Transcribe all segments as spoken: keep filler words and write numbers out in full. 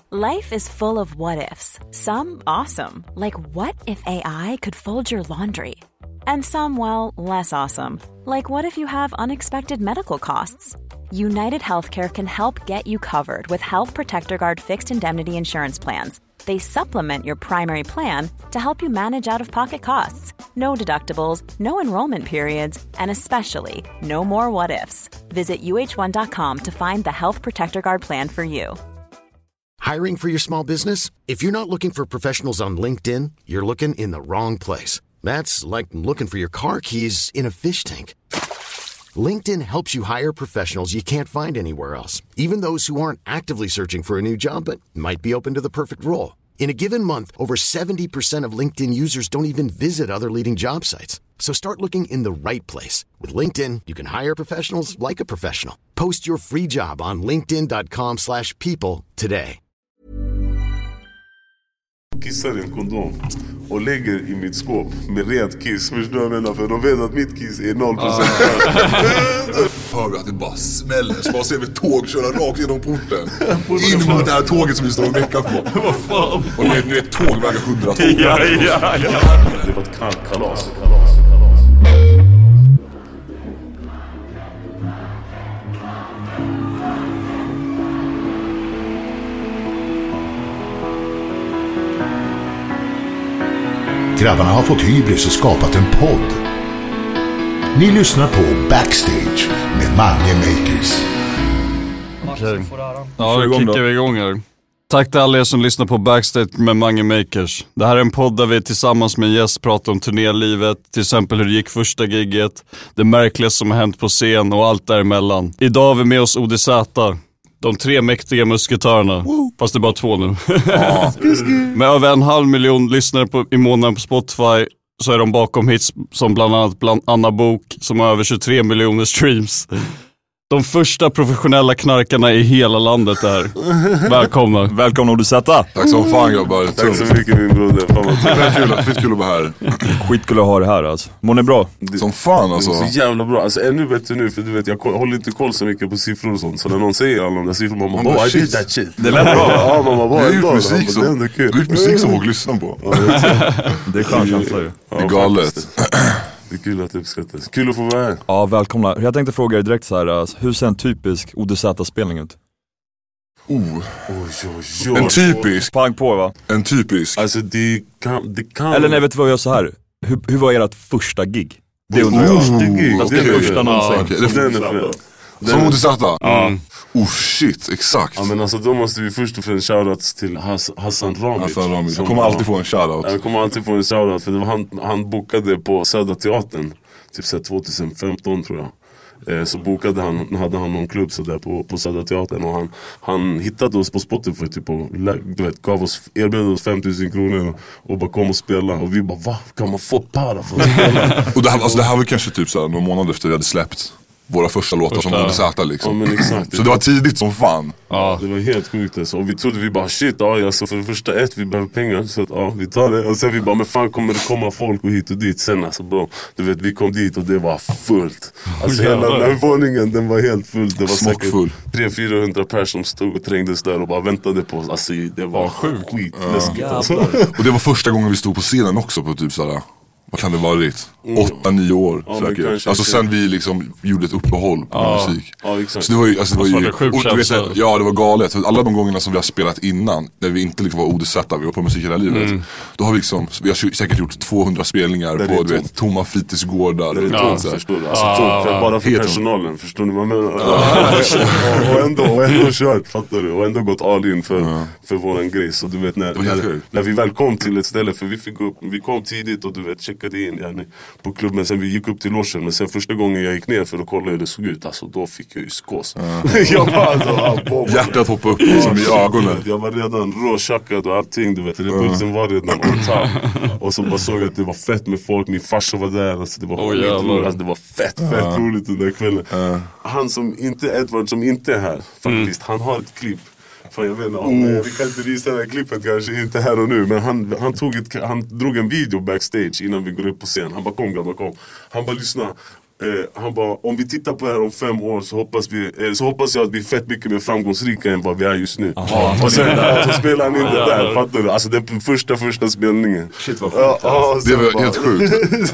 Life is full of what-ifs. Some awesome, like what if A I could fold your laundry? And some, well, less awesome, like what if you have unexpected medical costs? United Healthcare can help get you covered with Health Protector Guard fixed indemnity insurance plans. They supplement your primary plan to help you manage out-of-pocket costs. No deductibles, no enrollment periods, and especially no more what-ifs. Visit U H one dot com to find the Health Protector Guard plan for you. Hiring for your small business? If you're not looking for professionals on LinkedIn, you're looking in the wrong place. That's like looking for your car keys in a fish tank. LinkedIn helps you hire professionals you can't find anywhere else, even those who aren't actively searching for a new job but might be open to the perfect role. In a given month, over seventy percent of LinkedIn users don't even visit other leading job sites. So start looking in the right place. With LinkedIn, you can hire professionals like a professional. Post your free job on linkedin dot com slash people today. Kissar i en kondom och lägger i mitt skåp med rent kiss. Förstår du vad jag menar? För de vet att mitt kiss är noll procent. Hör vi att det bara smäller. Så bara ser vi ett tåg köra rakt genom porten. In mot det här tåget som vi står och meckar på. Vad fan? Och nu är ett tåg väger hundra tåg. Ja, ja, ja. Det var ett kalas. kalas. Grabbarna har fått hybris och skapat en podd. Ni lyssnar på Backstage med Mange Makers. Okay. Ja, då kickar vi igång här. Tack till alla er som lyssnar på Backstage med Mange Makers. Det här är en podd där vi tillsammans med en gäst pratar om turnélivet, till exempel hur det gick första gigget, det märkliga som har hänt på scen och allt däremellan. Idag har vi med oss O D Z. De tre mäktiga musketörerna. Woo. Fast det är bara två nu. Ja. Med över en halv miljon lyssnare på, i månaden på Spotify så är de bakom hits som bland annat bland Anna Bok som har över tjugotre miljoner streams. De första professionella knarkarna i hela landet där. Välkomna. Välkomna O D Z. Tack så fan grabbar. Tack så mycket min broder. Fan vad kul, kul, kul att vara här. Skitkul att ha det här alltså. Mår ni bra? Som fan alltså. Det är så jävla bra. Alltså ännu bättre nu för du vet jag håller inte koll så mycket på siffror och sånt. Så när någon säger alla de där siffrorna man bara, I did that shit. Det lät bra. Ja, man bara, det är ju musik som, det är ju musik som folk lyssnar på. Det är skönt känsla ju. Det är galet. Det är kul att det uppskattas. Kul att få vara här. Ja, välkomna. Jag tänkte fråga er direkt så här, alltså, hur ser en typisk O D Z-spelning ut? Oh. Oj, oj, oj. En typisk. Pang på va? En typisk. Alltså det kan, det kan... Eller nej, vet du vad jag gör så här? Hur, hur var ert första gig? Det undrar jag. Oh, gig. Det är det första någonsin. Ah, okay. Det är för... Som O D Z? Ja. Oh shit, exakt. Ja men alltså då måste vi först och främst shoutouts till Hass, Hassan Ramic. Hassan Ramic, jag kommer alltid få en shoutout. Jag kommer alltid få en shoutout för det var han, han bokade på Södra Teatern. Typ så tjugohundrafemton tror jag. Eh, så bokade han, hade han någon klubb så där på, på Södra Teatern. Och han, han hittade oss på Spotify typ och du vet, gav oss, erbjöd oss fem tusen kronor och, och bara kom och spela. Och vi bara, va? Kan man få para för att spela? Och det här, alltså, det här var kanske typ så här, någon månad efter vi hade släppt våra första låtar första. Som O D Z liksom. Ja, men exakt. Så det var tidigt som fan. Ja, det var helt sjukt alltså. Och vi trodde vi bara shit, ja alltså för det första ett vi behöver pengar så att ja vi tar det. Och sen vi bara men fan kommer det komma folk och hit och dit. Sen alltså bro, du vet vi kom dit och det var fullt. Alltså oh, hela den här våningen den var helt fullt. Det var säkert full. tre till fyrahundra personer som stod och trängdes där och bara väntade på oss. Alltså det var sjukt skit läskigt ja. Alltså. Och det var första gången vi stod på scenen också på typ sådär. Vad kan det vara ditt? Åtta, nio år ja, säkert. Kanske, alltså sen vi liksom gjorde ett uppehåll på ja, musik. Ja, exakt. Så det var ju, alltså det var ju och, du vet, ja det var galet. Alla de gångerna som vi har spelat innan, när vi inte liksom var O D Z, vi var på musik hela livet. Mm. Då har vi liksom, vi har säkert gjort tvåhundra spelningar på du vet, tomma fritidsgårdar. Det är tomt, ja, förstår du. Alltså ah, tomt, bara för personalen, förstår du vad jag menar? Ah. och, ändå, och ändå kört, fattar du? Och ändå gått all in för, ja. för våran grej. Så du vet, när, när, när vi väl kom till ett ställe, för vi fick upp, vi kom tidigt och du vet, checkade in yani, på klubben, sen vi gick upp till logen. Men sen första gången jag gick ner för att kolla hur det såg ut, alltså då fick jag ju skås. Ja. jag bara, alltså, hjärtat hoppade upp liksom i ögonen. Jag var redan råtjackad och allting, du vet. Repulsen var redan on top. Och så bara såg jag att det var fett med folk. Min farsa var där, alltså det var oh, roligt. Alltså, det var fett, fett ja. roligt den där kvällen. Ja. Han som inte, Edward som inte är här faktiskt, mm. han har ett klipp. Fan, jag vet inte, om, vi kan inte visa det här klippet kanske, inte här och nu. Men han, han, tog ett, han drog en video backstage innan vi går upp på scen. Han bara kom, grabbar, kom. Han bara lyssna. Eh, han bara, om vi tittar på det här om fem år så hoppas, vi, eh, så hoppas jag att vi är fett mycket mer framgångsrika än vad vi är just nu. Aha, och sen så spelar han in det där, fattar du? Alltså den första första spelningen. Shit vad sjukt. Ja, det var bara, helt sjukt.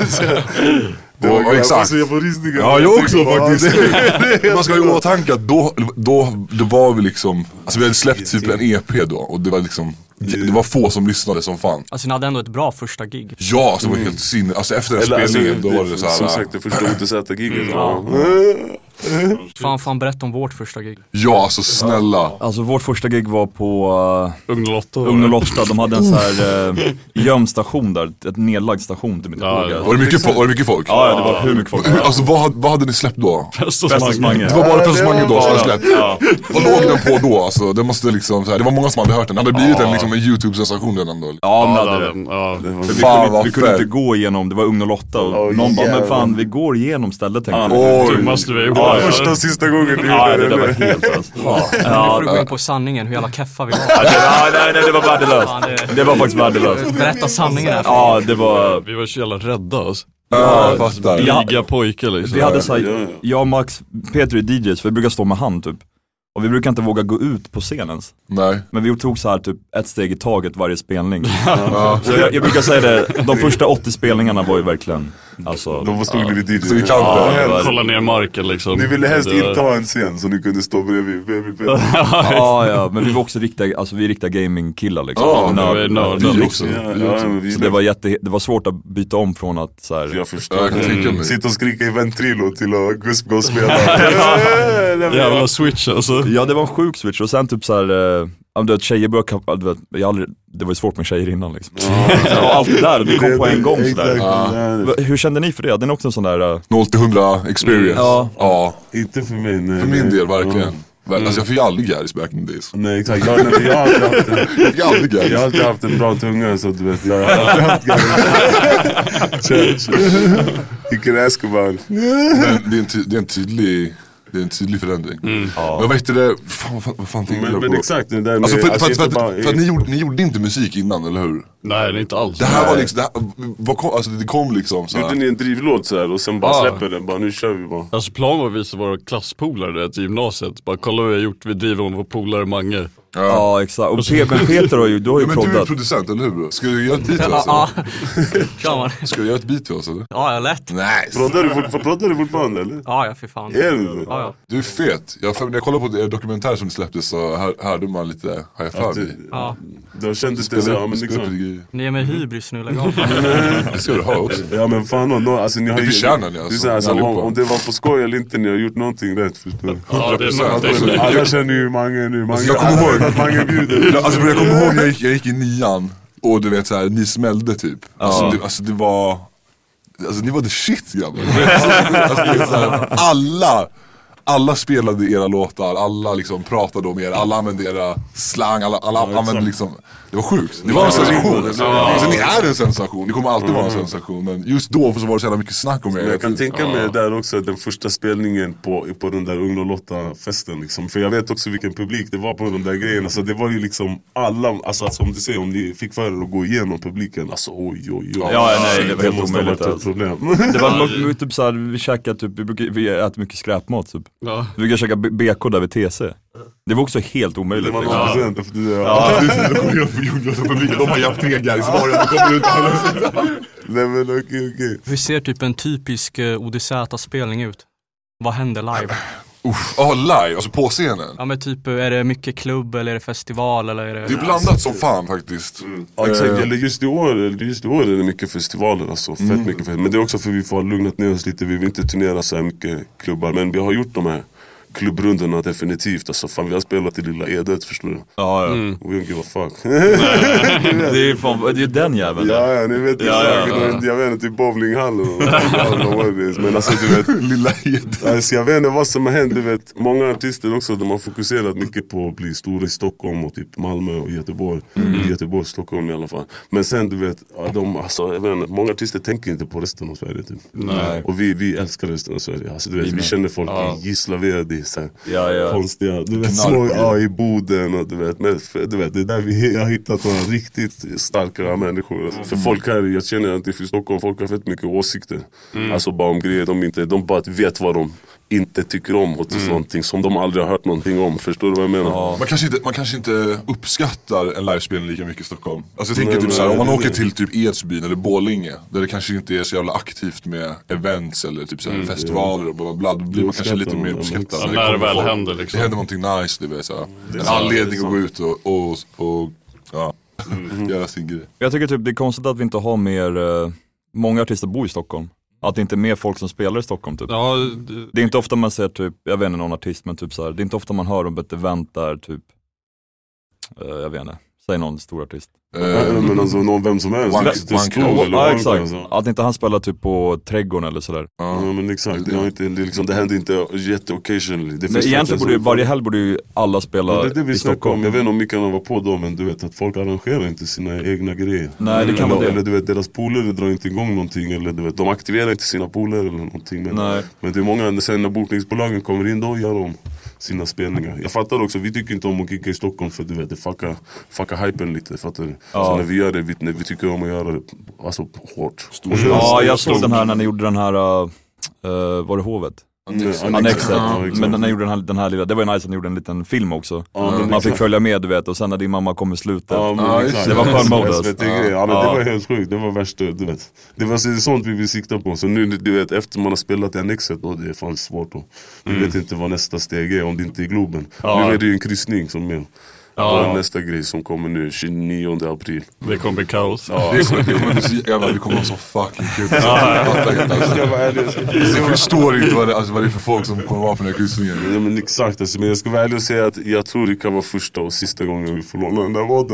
Det var och, exakt. Alltså, jag får rysningar. Ja, jag också faktiskt. Man ska ju ha tanke att då, då, då var vi liksom, alltså vi hade släppt typ en E P då och det var liksom det var få som lyssnade som fan. Alltså ni hade ändå ett bra första gig. Ja, alltså det var helt sinne. Alltså efter den Eller, spelningen alltså, då var det så här. Som sagt, det första odesätta giget. Ja. Mm. Fan, fan berätta om vårt första gig. Ja, alltså snälla. Alltså vårt första gig var på uh, Ugn och Lotta. Ugn och Lotta, de hade en så här uh, gömstation där, ett nedlagd station till mitt ja, ja. Var det mycket folk? Var det mycket folk? Ja, ja, det var hur mycket folk. Alltså vad, vad hade ni släppt då? Fest och Mange. Det var bara Fest och Mange då som hade släppt. Ja. Vad låg den på då? Alltså, det måste liksom så här, det var många som hade hört den. Det hade blivit ja. en, liksom, en YouTube-sensation redan då. Ja, men ja, hade det. Ja, det var, vi, fan, kunde, vi kunde inte gå igenom, det var Ugn och Lotta och oh, någon bara, men fan vi går igenom stället tänkte jag. Du måste vi ja, första och sista gången du ja, det, det var helt alltså. Ja, ja, nu får du gå in på sanningen, hur jävla keffa vi var. Ja, det, nej, nej, det var värdelöst. Ja, det, det var faktiskt värdelöst. Berätta sanningen här. Ja, det var... Vi var så jävla rädda alltså. Ja, fast där. Liga pojkar liksom. Vi hade så här, jag och Max, Peter är D Js, för vi brukar stå med hand typ. Och vi brukar inte våga gå ut på scenen. Nej. Men vi tog så här typ ett steg i taget varje spelning. Ja. Så jag, jag brukar säga det, de första åttio spelningarna var ju verkligen alltså, de var stod ja. lite så vi kan ja, kolla ner marken liksom. Ni ville helst inte ha en scen så ni kunde stå bredvid, bredvid, bredvid. Ja, ja, men vi var också riktiga, alltså vi är riktiga gaming-killar liksom. Ja, nörd, nörd, nörd också. Ja, ja, så det var jätte, det var svårt att byta om från att så här. Jag förstår. Mm. Sitta och skrika i Ventrilo till att Gusp och spela. Jävla switch alltså. Ja, det var en sjuk switch och sen typ så här. Om du vet, tjejer började, du vet, jag aldrig, det var ju svårt med tjejer innan liksom. Ja. Och allt det där, och det kom på en gång sådär. Ja. Hur kände ni för det? Det är också en sån där... Uh... noll till hundra experience. Ja. ja. Inte för mig, nej. För min del, verkligen. Mm. Alltså jag fick aldrig gäris back in the days. Nej, exakt. Jag, nej, jag, har alltid haft en, jag, fick aldrig jag har alltid haft en bra tunga, så du vet. Jag har alltid haft gäris. You can ask about. Men det är en, ty- det är en tydlig... Det är en tydlig förändring. Mm. Ja. Men vad heter det? Fan, vad fan, vad fan men, men exakt det där med, alltså för, för, alltså för, för, bara, för, för att ni gjorde, ni gjorde inte musik innan, eller hur? Nej, inte alls. Det här var liksom, det, här, vad kom, alltså det kom liksom så här. Gjorde ni en drivlåt så här och sen bara ah. släpper den, bara nu kör vi bara. Alltså planen var att visa våra klasspolare i gymnasiet. Bara kolla vad vi har gjort, vi driver om vår polare Mange. Ja, ja exakt. Och Pe- men Peter har ju, du har ju ja, men proddat. du är producent, eller hur? Ska du göra ett beat till oss? Ja, ja. Ska du göra ett beat till oss, eller? Ja, jag lätt. Nice. Proddar du, fort, proddar du fortfarande, eller? Ja, jag för fan. Är du? Ja, ja. Du är fet. Jag, för, när jag kollade på det dokumentär som släpptes så hör, hörde man lite, har jag för mig. Ja. Då kändes det så, ja men liksom. Ni är med hybris nu, lägg av. Det ska du ha också. Ja men fan, no, alltså ni har ju... Det förtjänar ni alltså. Det alltså om, om det var på skoj eller inte, ni har gjort någonting rätt, förstår du? Ja, det är sant. Alltså, alla känner ju Mange nu, Mange, alltså, jag kommer ihåg att Mange bjuder. Alltså jag kommer ihåg, jag gick, jag gick i nian och du vet såhär, ni smällde typ. Alltså, ja. det, alltså det var, alltså ni var the shit grabbar. Alltså, det är så här, alla, alla spelade era låtar, alla liksom pratade om er, alla använde era slang, alla, alla ja, använde liksom, det var sjukt. Det var en sensation. Alltså, ja. alltså, ni är en sensation, ni kommer alltid vara en sensation. Men just då så var det så jävla mycket snack om er. Jag kan tänka mig ja. där också, den första spelningen på, på den där Ugn och Lotta-festen liksom. För jag vet också vilken publik det var på de där grejerna. Så det var ju liksom alla, alltså som du säger, om ni fick för er att gå igenom publiken, alltså oj oj oj. Ja, nej, det var helt omöjligt ett problem. Det var typ såhär, vi käkade typ, vi, brukar, vi äter mycket skräpmat typ. Ja. Vi brukar käka B K där vid T C. Det var också helt omöjligt. Det var någon procent efter det. Ja, de kommer ju på jorden som publiken. De har ju haft tre gäris i varje, de kommer ut alla. Nej men okej, okay, okej. Okay. Hur ser typ en typisk uh, O D Z-spelning ut? Vad händer live? Uff, oh, live, alltså på scenen. Ja men typ, är det mycket klubb eller är det festival eller är det... Det är blandat som fan faktiskt. Mm. Ja exakt, eller just i år, just i år är det mycket festivaler alltså, fett mm. mycket fest. Men det är också för vi får lugnat ner oss lite, vi vill inte turnera så här mycket klubbar. Men vi har gjort de här klubbrundorna definitivt, alltså fan vi har spelat i Lilla Edet, förstår du? Ja, ja. Mm. We don't give a fuck. Det är fan, det är den jäveln. Ja, ja, ni vet ja, säkert, ja, ja. Jag vet inte, i bowlinghallen men alltså du vet Lilla Edet. Alltså jag vet inte vad som har hänt, du vet många artister också, de har fokuserat mycket på att bli stora i Stockholm och typ Malmö och Göteborg. Mm. Göteborg, Stockholm i alla fall. Men sen du vet, de, alltså, jag vet inte, många artister tänker inte på resten av Sverige typ. Nej. Och vi, vi älskar resten av Sverige, alltså du vet, vi känner folk ja. i Gislaved, i i så här, ja, ja. konstiga, du vet, små, ja, i Boden och du vet, men, du vet, det är där vi har hittat några riktigt starka människor. Alltså. För folk här, jag känner att i Stockholm, folk har fett mycket åsikter. Mm. Alltså bara om grejer de inte, de bara vet vad de inte tycker om och mm. någonting som de aldrig har hört någonting om. Förstår du vad jag menar? Ja. Man, kanske inte, man kanske inte uppskattar en livespelning lika mycket i Stockholm. Alltså jag tänker nej, typ såhär, om man åker till typ Edsbyn eller Borlänge, där det kanske inte är så jävla aktivt med events eller typ såhär mm, festivaler och bla bla, då blir man kanske lite mer uppskattad. Ja, när det väl folk, händer liksom. Det händer någonting nice, du vet såhär. En anledning att gå ut och, och, och ja, mm. göra sin grej. Jag tycker typ det är konstigt att vi inte har mer, uh, många artister bor i Stockholm. Att det inte är mer folk som spelar i Stockholm typ. Ja, det... det är inte ofta man ser typ, jag vet inte någon artist men typ så här, det är inte ofta man hör om ett event där typ, uh, jag vet inte, säg någon stor artist. Uh, men alltså någon, vem som helst. Wank, wank, wank, ja exakt, alltså. Att inte han spelar typ på Trädgården eller sådär. Ja uh, men exakt, det, inte, det, liksom, det händer inte jätte-occasionally. Det men egentligen borde ju, varje helg borde ju alla spela ja, det är det vi i Stockholm. Om. Jag vet inte om vi kan vara på dem, men du vet att folk arrangerar inte sina egna grejer. Nej det kan eller, vara det. Eller du vet, deras polare drar inte igång någonting. Eller du vet, de aktiverar inte sina polare eller någonting. Men, Nej. men det är många, sen när bokningsbolagen kommer in då gör de sina spelningar. Jag fattar också, vi tycker inte om att kicka i Stockholm för du vet, det fuckar, fuckar hypen lite, fattar du? Ja. Så när vi gör det, vi, när vi tycker om att göra det alltså hårt. Stor. Ja, jag såg den här när ni gjorde den här, uh, uh, var det Hovet? Mm. Annexet, ja, men när ni gjorde den här, den här lilla, det var ju nice att ni gjorde en liten film också. Ja, man exakt. Fick följa med du vet, och sen när din mamma kom i slutet. Ja, men, ja, det var skön modus. Ja, ja, men det var helt sjukt, det var värst, du vet. Det var sånt vi vill sikta på. Så nu, du vet, efter man har spelat Annexet, och det är fan svårt då. Du mm. vet inte vad nästa steg är om det inte är Globen. Ja. Nu är det ju en kryssning som är. Ja. Och nästa grej som kommer nu tjugonionde april. Det kommer bli kaos. Ja. Det kommer bli så jävla, det kommer vara så fucking kul. Jag förstår inte vad det, alltså, vad det är för folk som kommer vara på den här kryssningen. Ja men exakt, alltså, men jag ska vara ärlig och säga att jag tror det kan vara första och sista gången vi får låna den där båten.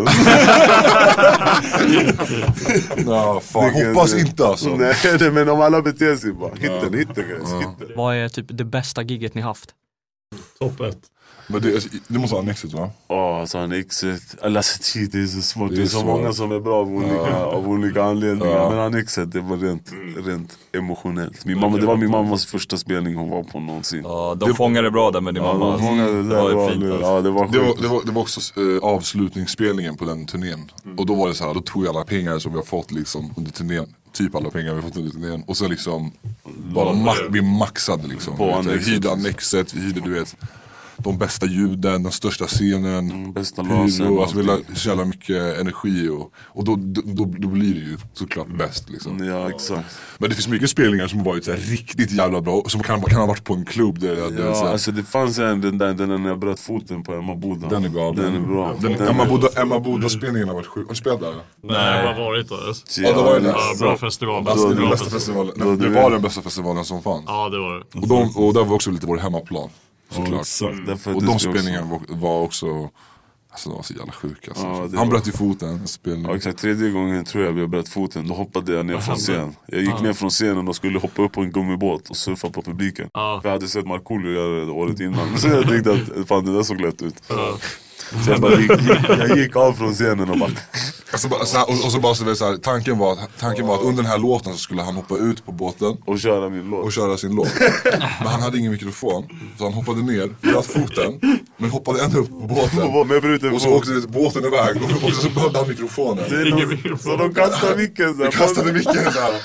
Ja, fan, hoppas inte alltså. Nej, men om alla beter sig bara, hitta den, hitta den, hitta den. Vad är typ det bästa gigget ni haft? Topp ett. Men det, det måste vara Annexet va? Ja, oh, alltså Annexet, alltså det är så svårt, det är, det är så svårt. Många som är bra av olika, ja. av olika anledningar. Ja. Men Annexet, det var rent, rent emotionellt. Min mamma, det var min mammas första spelning hon var på någonsin. Ja, de fångade bra där med din mamma. Ja, de fångade det där, det var fint. Alltså. Ja, det var det var, det var, det var också uh, avslutningsspelningen på den turnén. Mm. Och då var det så här, då tog jag alla pengar som vi har fått liksom under turnén. Typ alla pengar vi har fått under turnén. Och så liksom, bara ma- vi maxade liksom. På vi hyrde Annexet, vi hyrde du vet de bästa ljuden, den största scenen, mm, bästa lasen, alltså vi la så jävla mycket energi och, och då, då, då, då blir det ju såklart bäst liksom. Ja, exakt. Men det finns mycket spelningar som har varit så här riktigt jävla bra och som kan, kan ha varit på en klubb där, ja, där, så här. Alltså det fanns en, den där den när jag bröt foten på Emma Boda. Den är bra. Den är bra. Den, den Emma, Boda, Emma Boda spelningen har varit sjuk. Har du spelat där? Nej, jag har varit där. Ja, det var det. Ja, bra festival. Alltså, det, det, bästa festivalen. Då, det var den bästa festivalen som fanns. Ja, det var det. Och, de, och där var också lite vår hemmaplan. Såklart. Mm. Och de spelningarna var, var också, alltså de var så jävla sjuka alltså. Ja, han var... bröt i foten ja, exakt, tredje gången tror jag vi bröt foten. Då hoppade jag ner från scenen. Jag gick ja. ner från scenen och skulle hoppa upp på en gummibåt och surfa på publiken. Ja. För jag hade sett Markoolio göra det året innan. Så jag tänkte att fan, det där såg lätt ut. Ja. Så jag, bara gick, gick, jag gick av från scenen och bara alltså, så här, och, och så bara så, så här, tanken var, tanken var att under den här låten så skulle han hoppa ut på båten och köra min låt. Och köra sin låt. Men han hade ingen mikrofon. Så han hoppade ner, bröt foten, men hoppade ändå upp på båten. Och så åkte det, båten iväg och, och så behövde han mikrofonen. Någon, så de kastade micken så här. De kastade micken så här.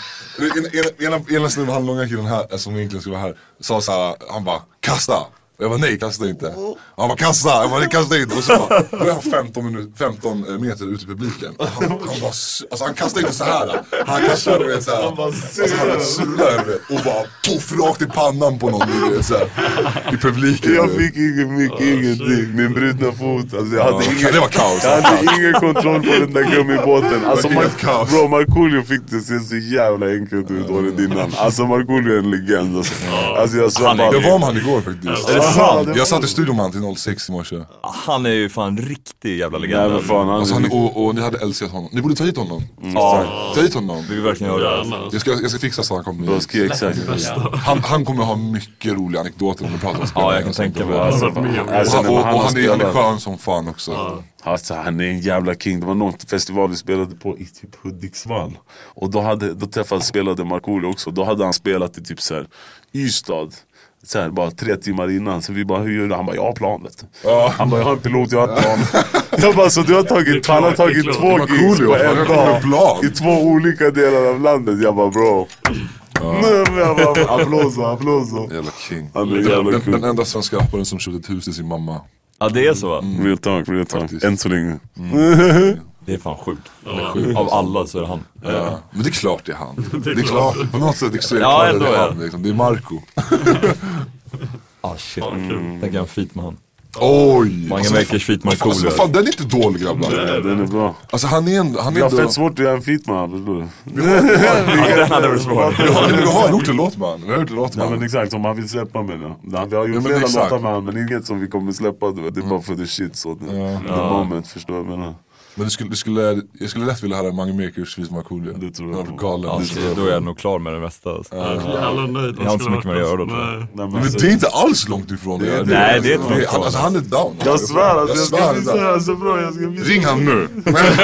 En, en, en, en snubbe, han långa killen här, som egentligen skulle vara här, sa så här, han bara, kasta! Jag var nej, kasta inte. Han var kasta, jag var nej, kasta inte. Och så var jag femton, minut, femton meter ute i publiken. Han, han, bara, alltså, han kastade inte så här. Han kastade vet, så här. Han bara alltså, surrade och bara poff rakt i pannan på någon vet, så här, i publiken. Jag fick ingen mycket, oh, ingenting. Min brutna fot. Alltså, jag hade ja, ingen, det var kaos. Jag hade ingen kontroll på den där gummibåten. Alltså, Mar- bro, Markoolio fick det se så jävla enkelt ut året innan. Alltså Markoolio är en legend. Alltså, alltså, jag han, bara, jag var med han igår faktiskt. Är det fan? Jag satt i studion man till noll sex i morse. Han är ju fan riktig jävla legend. Nej, fan, han alltså, han, och, och ni hade älskat honom. Ni borde ta hit honom. Mm. Ja. Ta hit honom. Vi vill verkligen göra det. Jag ska, jag ska fixa så han kommer. Exakt. Han, han kommer ha mycket roliga anekdoter om vi pratar om spel. Ja, jag kan tänka mig. Alltså, och, alltså, och, och, och han är en skön som fan också. Ja. Alltså, han är en jävla king. Det var någon festival vi spelade på i typ Hudiksvall. Och då, hade, då träffade spelade Markoolio också. Då hade han spelat i typ så här Ystad. så här, bara tre timmar innan. Så vi bara, hur gör du? Han bara, jag har plan, vet du. Oh. Han bara, jag har en pilot, jag har plan. Jag bara, så du har tagit, han har tagit två gigs på en dag i två olika delar av landet. Jag bara, bro. Ja. Nej, jag bara, applåser, applåser. Jävla king. Han är jävla den, cool. den enda svenska rapparen som köpte ett hus till sin mamma. Ja, det är så. Mm. Real talk, real talk. Faktiskt. Än så länge. Mm. Det är fan sjukt. Ja. Sjukt. Av alla så är det han. Ja. Men det är klart det är han. Det är klart. På något sätt det är ja, klart det är han. Liksom. Det är Marco. Ah shit. Mm. Tänker jag en feat med han. Oj! Många alltså, makers feat med alltså, fan, den är inte dålig, grabbar. Nej, den är bra. Alltså han är en, han är jag har ändå... fett svårt att göra en feat med han, förstår du? Den hade varit svårt. Vi har gjort en låt med han. Vi har gjort en låt med ja, han. men exakt, som han vill släppa med det. Vi har gjort ja, flera exakt. låtar med han, men inget som vi kommer släppa. Det är bara för the shit, så det, ja. the moment, förstår jag menar. Men det skulle, det skulle, jag skulle lätt vilja höra Mange Makers vis med Coolio. Det tror jag. Galen. Ja, det jag då är jag nog klar med det mesta. Alltså. Ja. Jävla nöjd. Jag har inte så mycket mer att göra då. Nej, men, men det är inte alls långt ifrån det. det. Nej, det är inte långt ifrån. Alltså han är down. Jag svär, alltså, jag ska visa det så bra. Jag ska visa. Ring han nu.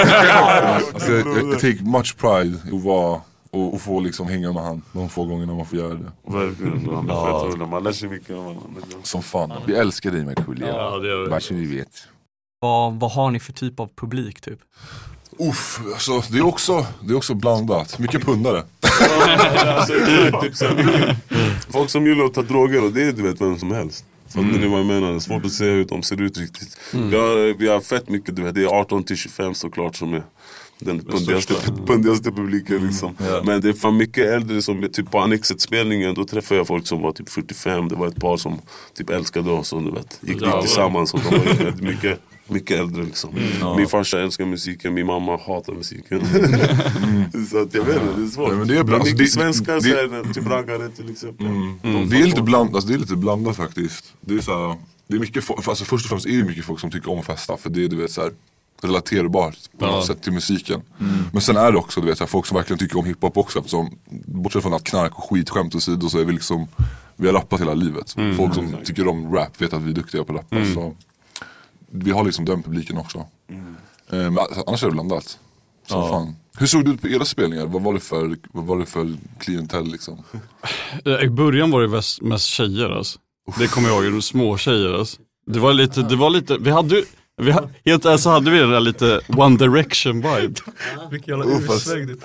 Alltså, jag, jag take much pride att vara och, och få liksom hänga med han de få gångerna man får göra det. Verkligen, han är fett. Man lär sig mycket av honom. Som fan. Vi älskar dig med Coolio. Ja, det gör vi. Bara så ni vet. Vad, vad har ni för typ av publik typ? Uff, alltså, det, är också, det är också blandat. Mycket pundare. Alltså, typ så mycket. Folk som gillar att ta droger, och det är du vet vem som helst. För mm. det vad jag menar, det är svårt att se hur de ser ut riktigt. Mm. Vi, har, vi har fett mycket, du vet, det är arton till tjugofem såklart som är den pundigaste, pundigaste publiken liksom. Mm. Yeah. Men det är fan mycket äldre som, typ på Annexet-spelningen, då träffade jag folk som var typ fyrtiofem. Det var ett par som typ älskade oss och du vet, gick dit tillsammans och de var mycket mycket äldre liksom. Mm, ja. Min farsa älskar musiken, min mamma hatar musiken. Mm. Så att jag vet inte, det är svårt. Men det är bland, alltså, mycket svenska det, så är det typ raggare till exempel. Mm. Mm. Det är lite blandat, alltså, det är lite blandat faktiskt. Det är så här, det är mycket folk, alltså först och främst är det mycket folk som tycker om att festa, för det är du vet så här relaterbart på något ja. sätt till musiken. Mm. Men sen är det också du vet så här, folk som verkligen tycker om hiphop också, som bortsett från att knark och skitskämt och sidor så är vi liksom vi har rappat hela livet. Mm. Folk som mm. tycker om rap vet att vi är duktiga på att rappa mm. så vi har liksom den publiken också. Mm. Eh, men annars är det blandat. Så ja. fan. Hur såg du ut på era spelningar? Vad var det för, vad var det för klientell liksom? I början var det mest, mest tjejer alltså. Det kommer jag ihåg, små tjejer alltså. Det var lite, det var lite, vi hade vi ha, helt ärligt så hade vi den där lite One Direction vibe. Vilken jävla ursväng det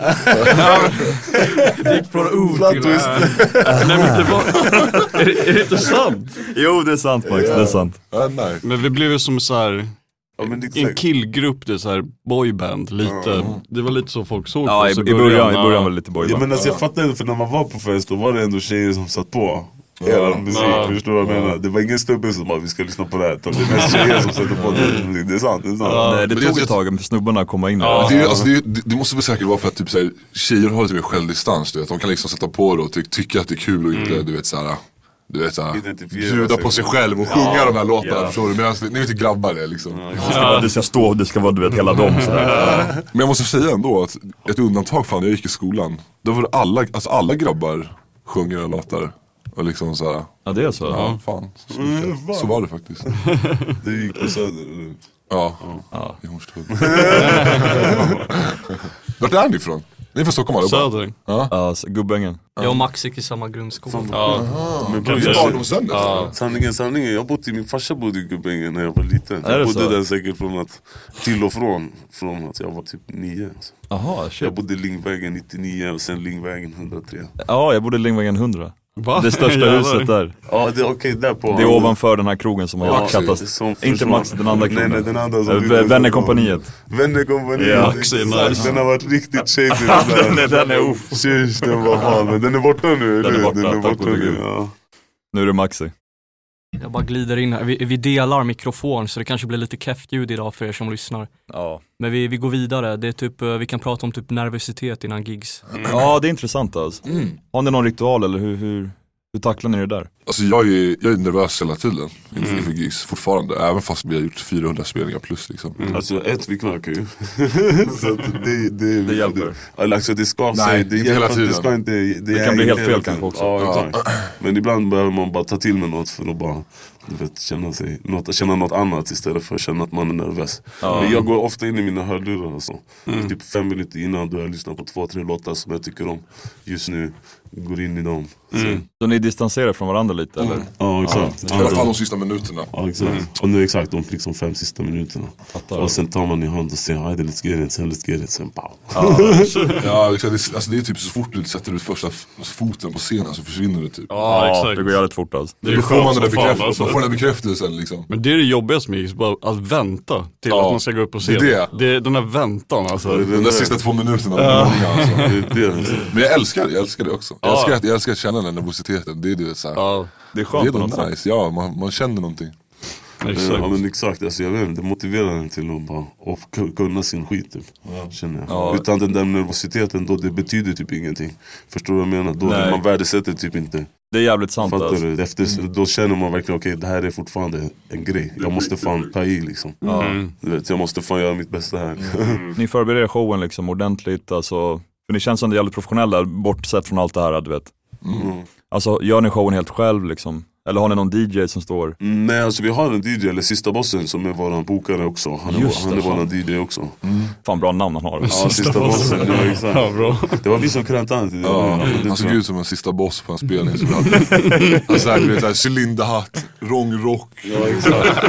gick från ord till nej men det var är, det, är det inte sant? Jo det är sant faktiskt, yeah. det är sant. uh, nice. Men vi blev ju som så här ja, men det en killgrupp, det är så här boyband lite. Mm. Det var lite så folk såg ja, på i, i början, i början var det lite boyband. Ja men alltså jag fattar inte, för när man var på fest då var det ändå tjejer som satt på hela musik, ja. förstår du vad jag menar? Det var ingen stubbe som bara, vi ska lyssna på det här. Det är mest tjejer som sätter på det. Det är sant, det är sant. Ja, nej, det tog ett tag för snubbarna att komma in. Ja. Det, är, alltså, det, det, det måste väl säkert vara för att typ, så här, tjejer har lite mer självdistans, du vet. De kan liksom sätta på det och ty- tycka att det är kul och inte, mm. du vet såhär. Du vet såhär, bjuda på sig själv och sjunga ja. de här låtarna, ja. förstår du? Medan ni vet inte grabbar det liksom. Ja, det, ska vara, det ska stå, det ska vara du vet hela dem sådär. Men jag måste säga ändå att ett undantag fan, jag gick i skolan. Då var det alla, alltså alla grabbar sjunger era låtar. Och liksom såhär. Ja det är så. Ja, fan. Så, mm, fan. Så var det faktiskt. Det gick på Söder. Ja, ja. I Hornstull. Vart är ni ifrån? Ni är från Stockholm eller? Söder. Ja, ja Gubbängen. Jag och Max gick i samma grundskola. Ja. Men bror, jag barndomsvänner. Ja. Sanningen, sanningen. Jag bodde, min farsa bodde i Gubbängen när jag var liten. Jag bodde så? där säkert från att till och från från att jag var typ nio. Aha, shit. Jag bodde i Lingvägen nittionio och sen Lingvägen hundratre. Ja, jag bodde i Lingvägen hundra. Va? Det största huset där. Ja, det är okej okay, där på. Det är ovanför den här krogen som har ja, katast. Inte Max, den andra krogen. Nej, nej, den andra som v- Vännerkompaniet. Vännerkompaniet. Ja, Max är nice. Den har varit riktigt shady. den är den är uff. Sheesh, den var hal, men den är borta nu. Den är borta, den är borta nu. Ja. Nu är det Maxi. Jag bara glider in här. Vi, vi delar mikrofon så det kanske blir lite kräftljud idag för er som lyssnar. Ja. Men vi, vi går vidare. Det är typ, vi kan prata om typ nervositet innan gigs. Mm. Ja, det är intressant alltså. Mm. Har ni någon ritual eller hur, hur, hur tacklar ni det där? Alltså jag är, jag är nervös hela tiden inför mm. gigs fortfarande. Även fast vi har gjort fyrahundra spelningar plus liksom. Mm. Alltså ett, vi knarkar ju. Så att det, det, det hjälper. Det, alltså det ska Nej, sig, det inte hela tiden. Det, ska inte, det, det kan bli helt fel kanske också. Ja, ja. Men ibland behöver man bara ta till med något för att bara du vet, känna, sig, något, känna något annat istället för att känna att man är nervös. Ja. Men jag går ofta in i mina hörlurar och så. Mm. Typ fem minuter innan då jag lyssnar på två, tre låtar som jag tycker om just nu. Går in i dem. Mm. Så ni distanserar från varandra lite eller? Mm. Ja, exakt. Ja, I alla fall de sista minuterna. Ja, exakt. Mm. Och nu exakt de liksom fem sista minuterna. Fattar. Och sen tar man i hand och säger hej, det är lite get it, sen let's get it, sen pow. Ja, ja exakt. Det, alltså, det är typ så fort du sätter ut första foten på scenen så försvinner det typ. Ja, exakt. Det går jävligt fort alltså. Det är får man, den bekräft- alltså. man får den där bekräftelsen liksom. Men det är det jobbigaste med bara att vänta till ja, att man ska gå upp på scenen. Det är det. Det är den här väntan alltså. Ja, de där sista två minuterna. Ja. Många, alltså. det är det. Men jag älskar det, jag älskar det också. Jag älskar, jag älskar att känna den nervositeten. Det är det så här. Ja, det är skönt. Det är något nice. Sätt. Ja, man, man känner någonting. Exakt. Ja men exakt, alltså, jag vet inte, det motiverar en till att bara och kunna sin skit typ, ja. Känner jag. Ja. Utan den där nervositeten då, det betyder typ ingenting. Förstår du vad jag menar? Då man värdesätter typ inte. Det är jävligt sant alltså. Efter, mm. Då känner man verkligen okej, okay, det här är fortfarande en grej. Jag måste fan ta i liksom. Mm. Du vet, jag måste fan göra mitt bästa här. Mm. Ni förbereder showen liksom ordentligt alltså, för ni känns som det är jävligt professionella bortsett från allt det här, du vet. Mm. Alltså gör ni showen helt själv liksom? Eller har ni någon D J som står? Mm, nej, alltså vi har en D J, eller Sista Bossen, som är våran bokare också. Han är, Just han är våran D J också. Mm. Fan bra namn han har. Ja, Sista, Sista Bossen, det var exakt. Ja, bra. Det var vi som kröntade han till det. Ja, han såg ut som en Sista Boss på en spelning. Han såg ut som en cylinderhatt, rångrock. Ja, exakt.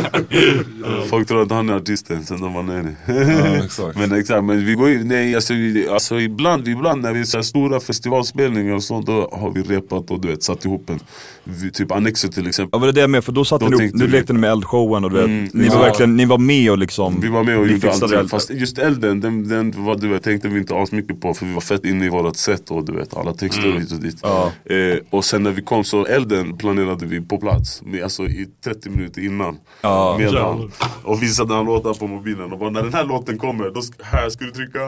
Folk tror att han är artisten, sen de var nere. Ja, exakt. Men exakt, men vi går ju, nej, alltså, alltså ibland, ibland när vi är så här stora festivalspelningar och sånt, då har vi repat och du vet, satt ihop en, vi, typ Annexer till exempel. Ja, var det det med? För då satt då ni upp, nu lekte ni med eldshowen och du vet, mm, ni var ja. verkligen, ni var med och liksom. Vi var med och gjorde allt det. Fast just elden, den, den var, du vet, tänkte vi inte alls mycket på, för vi var fett inne i vårat sätt och du vet, alla texter mm. och hit och dit. Ja. Eh, och sen när vi kom så, elden planerade vi på plats, med, alltså i trettio minuter innan. Ja. Med ja. Han. Och visade han låtar på mobilen och bara, när den här låten kommer, då ska, här ska du trycka.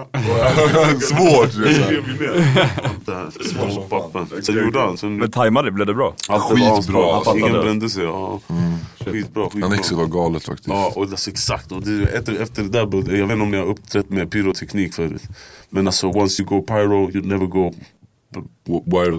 Svårt! Det är vi med. Svårt som pappan. Sen gjorde han. Sen, men tajmade, blev det bra? Skitbra. Ingen brände sig, ja. Mm. Skitbra, skitbra. Annexer var galet faktiskt. Ja, och det är exakt. Och det, efter, efter det där, jag vet inte om ni har uppträtt med pyroteknik förut. Men alltså, once you go pyro, you never go wild.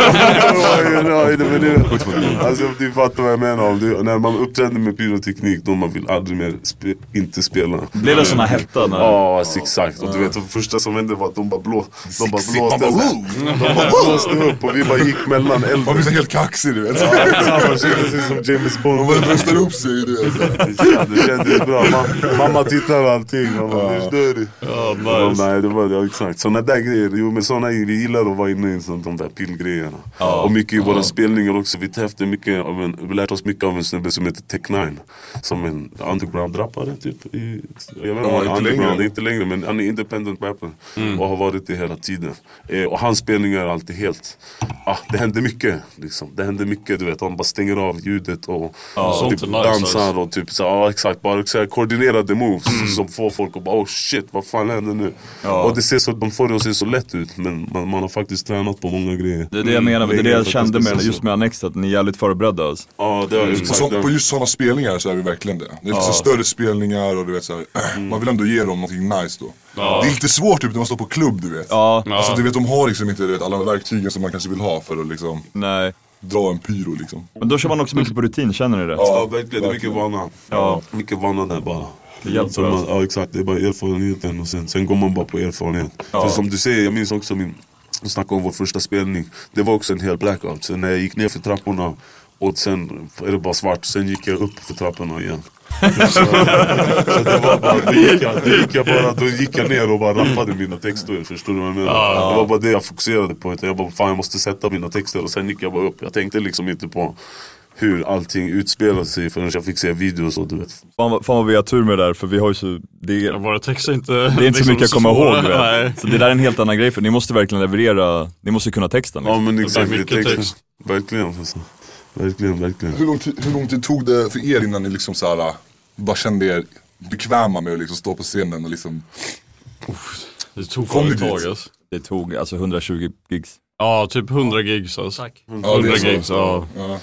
Alltså du fattar vad jag menar om det, när man uppträder med pyroteknik då man vill aldrig mer spe, inte spela. Blev det såna hetta? När... Ja, exakt. Och du vet, det första som hände var att de bara blå, de bara blåste de bara blåste upp och vi bara gick mellan eld. Man blir så helt kaxig, du vet. Ja, man kände sig som James Bond. Man bara bröstar upp sig, du vet. Det kändes bra. Mamma tittar och allting. Mamma, det är störig. Ja, nice. Nej, det var det, exakt. Såna där grejer, jo men såna vi gillar att vara inne i de där pillgrejerna. Ja, och mycket i våra ja. spelningar också. Vi täfte mycket av en, vi lärt oss mycket av en snubbe som heter Tech nine. Som en underground-rappare typ. I, jag vet inte, ja, inte underground, längre. inte längre, men han är independent rapper. Mm. Och har varit det hela tiden. Eh, och hans spelningar är alltid helt, ah, det händer mycket liksom. Det händer mycket, du vet. Han bara stänger av ljudet och ja, typ dansar nice, och typ så, ja exakt, bara så här, koordinerade moves mm. som får folk att bara, oh shit, vad fan händer nu? Ja. Och det ser så, de får det att se så lätt ut, men man, man har faktiskt tränat på många grejer. Det är det jag menar, det är det jag kände med just med Annexer, att ni är jävligt förberedda alltså. Ja, det är mm. så, på just sådana spelningar så är vi verkligen det. Det är ja. så större spelningar och du vet så här, mm. man vill ändå ge dem någonting nice då. Ja. Det är lite svårt typ när man står på klubb, du vet. Ja. Alltså du vet, de har liksom inte du vet, alla verktygen som man kanske vill ha för att liksom Nej. dra en pyro liksom. Men då kör man också mycket på rutin, känner ni det? Ja, verkligen, det är mycket vana. Ja. Mycket vana där bara. Det man, ja exakt, det är bara erfarenheten och sen, sen går man bara på erfarenhet. Ja. För som du säger, jag minns också min, jag snackade om vår första spelning. Det var också en hel blackout. Sen när jag gick ner för trapporna och sen är det bara svart, sen gick jag upp för trapporna igen. så, så det var bara, då gick, jag, då, gick jag bara, då gick jag ner och bara rappade mina texter, förstår du vad jag menar? Ja. Det var bara det jag fokuserade på. Jag bara, fan jag måste sätta mina texter och sen gick jag bara upp. Jag tänkte liksom inte på hur allting utspelar sig förrän jag fick se videos och du vet. Fan, fan vad vi har tur med det där, för vi har ju så det är, våra texter inte det är inte så mycket att komma ihåg, vet. Så det där är en helt annan grej, för ni måste verkligen leverera, ni måste kunna texten liksom. Ja men exakt, det är text. text. Verkligen alltså. Verkligen, verkligen. Hur lång, hur lång tid tog det för er innan ni liksom så här, bara kände er bekväma med att liksom stå på scenen och liksom Uff, det tog kom det tag, alltså. Det tog alltså hundratjugo gigs. Ja, typ hundra gigs alltså. Tack. hundra ja, gigs, ja. ja.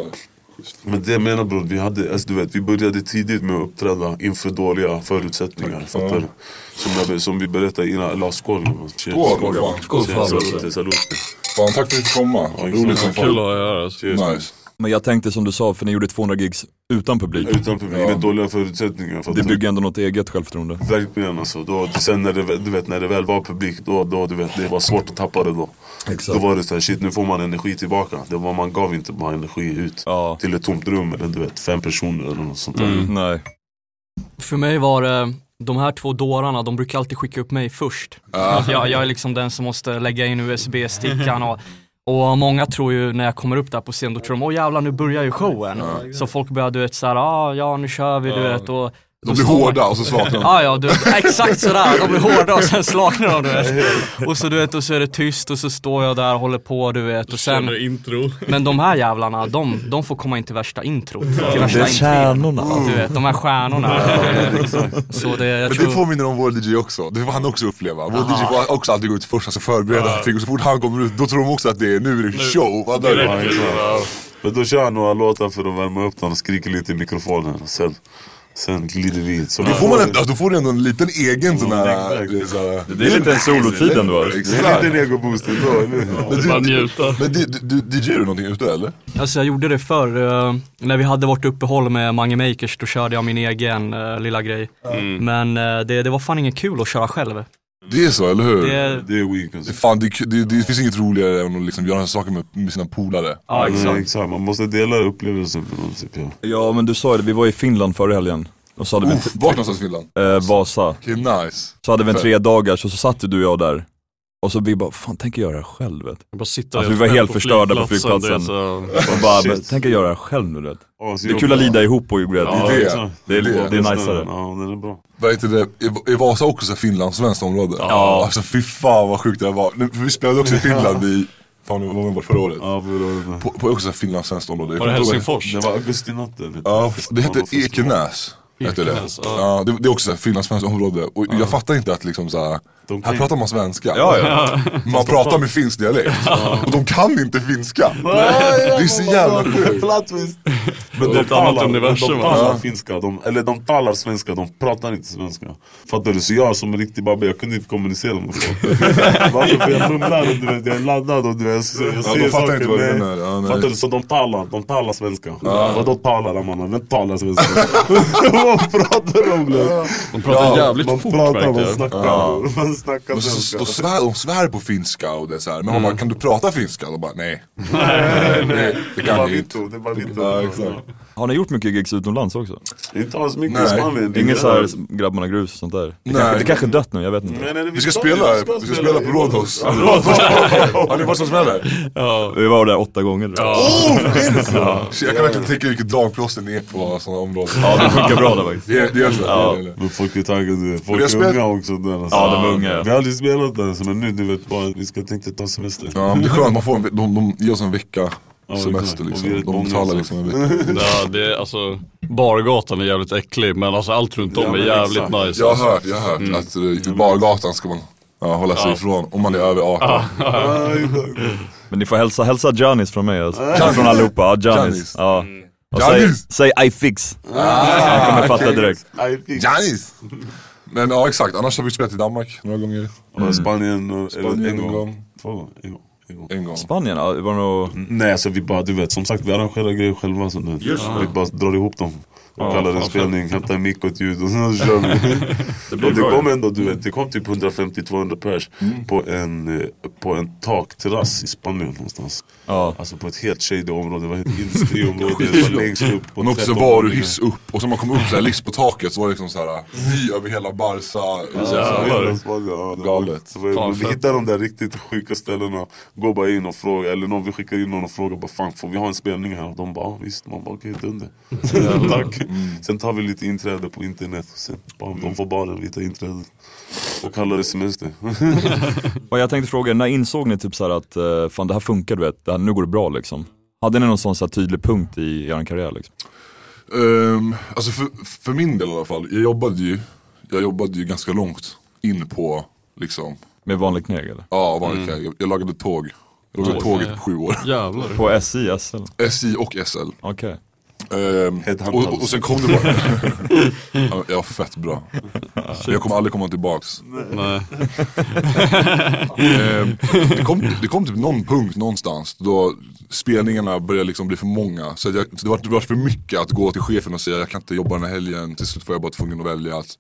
Men det menar bror, vi hade, alltså, du vet, vi började tidigt med att uppträda inför dåliga förutsättningar, ja. Fattar du? Som, som vi berättade innan, la skål. Skål, fan. Skål, fan. Salute, salute. Fan, tack för att du fick komma. Ja, roligt som fan. Kul att göra. Nice. Men jag tänkte som du sa, för ni gjorde tvåhundra gigs utan publik. Utan publik, ja. Med dåliga förutsättningar. För det bygger ändå något eget självförtroende. Verkligen alltså. Då, sen när det, du vet, när det väl var publik, då, då du vet, det var svårt att tappa det då. Exakt. Då var det så här, shit, nu får man energi tillbaka. Det var, man gav inte bara energi ut ja. till ett tomt rum eller du vet, fem personer eller något sånt där. Mm, nej. För mig var det, de här två dårarna, de brukar alltid skicka upp mig först. Ah. Jag, jag är liksom den som måste lägga in U S B-stickan och Och många tror ju när jag kommer upp där på scen, då tror de, åh jävlar nu börjar ju showen. Ja. Så folk börjar du vet såhär, ah, ja nu kör vi, du vet. Och de blir hårda man... och så slaknar de. Ah, ja, du vet, exakt sådär, de blir hårda och sen slaknar de, du vet. Och så du vet, och så är det tyst och så står jag där och håller på, du vet. Och sen... intro. Men de här jävlarna, de, de får komma in till värsta intro. Till värsta det är stjärnorna. Du vet, de här stjärnorna. Ja, så det, jag men tror... det påminner om vår D J också, det får han också uppleva. Vår Aha. D J får också alltid gå ut först, alltså förbereda ja. ting. Och så fort han kommer ut, då tror de också att det är, nu är det show. Vad där är det? Ja. Men då kör han några låtar för att värma upp den och skriker lite i mikrofonen. Och sen... Sen glider vi så då får man en, alltså, då får du ändå en liten egen sån här, det, så här, det är lite en solotid ändå. Det är lite en egoboost ändå. Men du, men du, du, D J du någonting ute eller? Alltså jag gjorde det förr uh, när vi hade vårt uppehåll med Mange Makers, då körde jag min egen uh, lilla grej. Mm. Men uh, det, det var fan inget kul att köra själv. Det är så, eller hur? Det, det är weak alltså. det, fan, det, det, det finns inget roligare än att liksom göra saker med, med sina polare. Ja, exakt. Nej, exakt. Man måste dela upplevelsen på något sätt. Ja. ja, men du sa det, vi var i Finland förra helgen. Och så hade Uff, vi vart någonstans i Finland? Eh, Vasa. Okay, nice. Så hade vi en tre dagars och så satt du och jag där. Och så vi bara, fan tänker göra det själv vet. Jag bara sitta alltså, vi var helt förstörda på flygplatsen. Så... och bara, men, tänker göra det själv nu vet. Oh, det är kul att lida ihop och grejer. Ja, det, det, det, det, det, det är najsare. Ja, det är bra. Vad heter det? Är Vasa också så Finlands svenska område? Ja. Alltså fy fan vad sjukt det var. Vi spelade också i Finland i... Fan, det var förra året. Ja, förra året. På, på också Finlands svenska område. Var det Helsingfors? Det var augustinatten. Ja, det hette Ekenäs. Heter det. Ja, det, det är också Finlands svenska område. Och ja. jag fattar inte att liksom såhär, här kan... pratar man svenska. Ja, ja. Man pratar med finsk dialekt. Ja. Och de kan inte finska. Det är så jävla sjukt. Men de talar, de talar ja. finska. De, eller de talar svenska, de pratar inte svenska. Fattar du? Så jag som en riktig babbe, jag kunde inte kommunicera med folk. Varför? För jag mumlar och du vet, jag är laddad och du vet, jag, jag ja, ser de fattar saker. Inte vad det är. Ja, fattar du? Så de talar, de talar svenska. Ja. Vadå talar man? Vem talar svenska? Vad pratar de om det? De pratar ja, jävligt man fort pratar, man snackar, ja. man snackar svenska. De svär, de svär på finska och det är så här. Men mm. man bara, kan du prata finska? De bara, nej. nej, nej. Det kan jag inte. Det var lite. Ja, exakt. Har ni gjort mycket gigs utomlands också? Inte alls mycket i Spanien. Ingen så här grabbarna grus och sånt där. Det, kanske, det kanske är dött nu, jag vet inte. Nej, nej, vi, vi ska spela, vi ska, vi ska spela på Rådhus. Har ni varit som smäller? Ja, vi var där åtta gånger. Ja. Oh, ja. Jag kan verkligen tänka vilket dagplåster ni är på sådana områden. Ja, det funkar bra där faktiskt. Det, det gör så. Ja. Men folk är taggade. Folk är spel... unga också där. Alltså. Ja, de är unga. Vi har aldrig spelat där, men nu du vet bara vi ska tänkte ta semester. Ja, men det är skönt, man får en, de, de ger oss en vecka. Ja, semester liksom, de betalar liksom en vecka. Ja, det är alltså, bargatan är jävligt äcklig, men alltså allt runt om ja, är jävligt exakt. nice. Jag har hört, jag har hört mm. att i bargatan ska man ja, hålla sig ja. ifrån om man är över arton. Ja. Men ni får hälsa, hälsa Janis från mig alltså. Janis. Från allihopa, ja, Janis. Ja. Mm. Janis. Säg, säg I fix. Ah, jag kommer fatta okay. direkt. Janis. Men ja, exakt, annars har vi spelat i Danmark några gånger. Mm. Spanien, och, Spanien en gång. gång. Två gånger, en gång. En gång. Spanien, var det nog... Nej, alltså vi bara, du vet, som sagt vi arrangerar grejer själva så nu. Vi bara drar ihop dem och ja, kallar det en spelning, hämtar en mick och ett ljud och så kör vi. det, och det kom ändå, du vet, det kom typ hundrafemtio till tvåhundra pers mm. på en på en takterrass i Spanien någonstans. Ja. Alltså på ett helt shady område, det var ett industriområde, det var längst upp. Och också var du hiss upp och så man kom upp så här list på taket så var det liksom så här vy över hela Barca. Ja, så ja, ja, galet. Så var, vi hittade de där riktigt sjuka ställena, gå bara in och fråga, eller någon vi skickar in någon och frågar bara fan, får vi ha en spelning här? Och de bara, visst, man bara okej, okay, dunder. Tack. Mm. Sen tar vi lite inträde på internet och sen bam, de får bara lite inträde och kallar det semester. Och jag tänkte fråga, när insåg ni typ så här att uh, fan det här funkar, du vet, det här, nu går det bra liksom? Hade ni någon sån så här tydlig punkt i er karriär liksom? Um, alltså för, för min del i alla fall, jag jobbade ju jag jobbade ju ganska långt in på liksom. Med vanlig knägg eller? Ja, vanlig knägg. Mm. Jag, jag lagade tåg. Jag lagade tåget på sju år. Jävlar. På S I, S L? S I och S L. Okej. Okay. Uh, och, och sen kom det bara ja, jag var fett bra. Jag kommer aldrig komma tillbaks. Nej. uh, det, kom, det kom typ någon punkt någonstans då spelningarna började liksom bli för många. Så jag, det, var, det var för mycket att gå till chefen och säga jag kan inte jobba den här helgen. Till slut var jag bara tvungen att välja att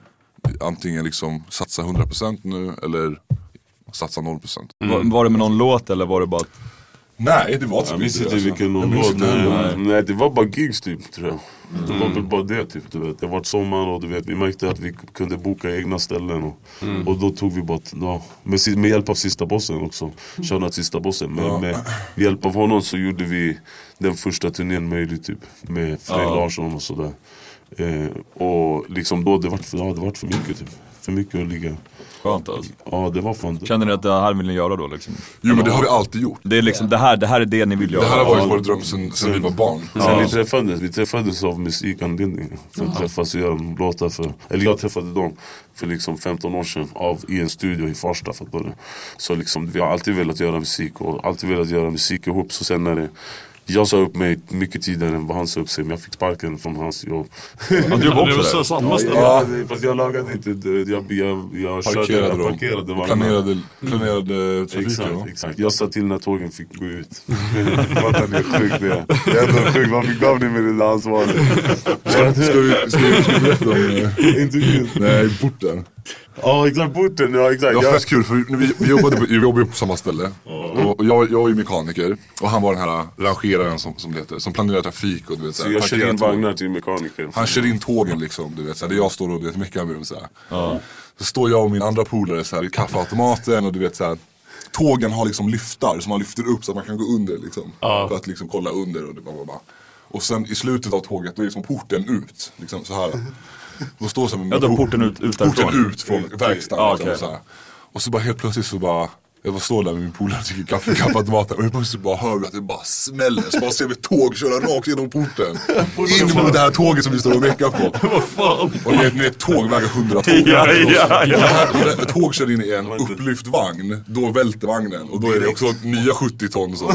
antingen liksom satsa hundra procent nu eller satsa noll procent. Mm. Var, var det med någon låt eller var det bara... Nej, det var jag minns inte vilken någon låt. Nej, nej, det var bara gigs typ, tror jag. Det var väl bara det typ, du vet. Det var sommar och du vet, vi märkte att vi kunde boka egna ställen och, mm. och då tog vi bara, ja, med, med hjälp av Sista Bossen också. Shoutout Sista Bossen. Med, med, med hjälp av honom så gjorde vi den första turnén möjlig typ, med Frej ja. Larsson och sådär. Eh, och liksom då, det var, ja, det var för mycket typ. För mycket att ligga. Skönt alltså. Ja, det var fan det. Känner ni att det här vill ni göra då liksom? Jo, men det har vi alltid gjort. Det är liksom, det här, det här är det ni vill göra. Det här har varit vår dröm sen, sen vi var barn. Sen ja. vi träffades, vi träffades av musikanledningen. För att träffas och göra låtar för, eller jag träffade dem för liksom femton år sedan av, i en studio i Farsta för att börja. Så liksom, vi har alltid velat göra musik och alltid velat göra musik ihop. Så sen när det jag sa upp mig mycket tidigare än vad han sa upp sig. Men jag fick sparken från hans jobb. Ja, du var också där. Samma ställe. Ja, fast jag lagade inte. Jag, jag, jag parkerade, körde, jag parkerade vagnar. Planerade, planerade trafiken. Exakt, ja. exakt. Jag sa till när tågen fick gå ut. Fattar ni sjukt det? Jag är ändå sjukt. Varför gav ni mig det där ansvaret? Ska vi, ska vi berätta om intervjun? Nej, porten. Ja, exakt, porten, ja exakt. Det var fett kul för vi, vi, jobbade på, vi jobbade på samma ställe. Och jag, jag är mekaniker och han var den här rangeraren som, som det heter, som planerar trafik och du vet så, så jag kör in vagnar till mekaniker. Han kör in tågen liksom, du vet så här, där jag står och du vet mekar med dem så här. Ja. Så står jag och min andra polare så här i kaffeautomaten och du vet så här, tågen har liksom lyftar som man lyfter upp så att man kan gå under liksom. Ja. För att liksom kolla under och det bara, bara. Och sen i slutet av tåget då är liksom porten ut liksom så här. Då står så med ja, då porten ut, ut porten ut från verkstaden ah, liksom, okay. så här. Och så bara helt plötsligt så bara jag bara står där med min polare och tycker kaffe, kaffe att maten. Och jag plötsligt bara hör att det bara smäller. Så bara ser vi ett tåg köra rakt genom porten. In mot det här tåget som vi står och väckar på. Vad fan? Och det är ett tåg väger hundra ton. Ja, ja, ja. Ett tåg kör in i en upplyft vagn. Då välter vagnen. Och då är det också nya sjuttio ton. Så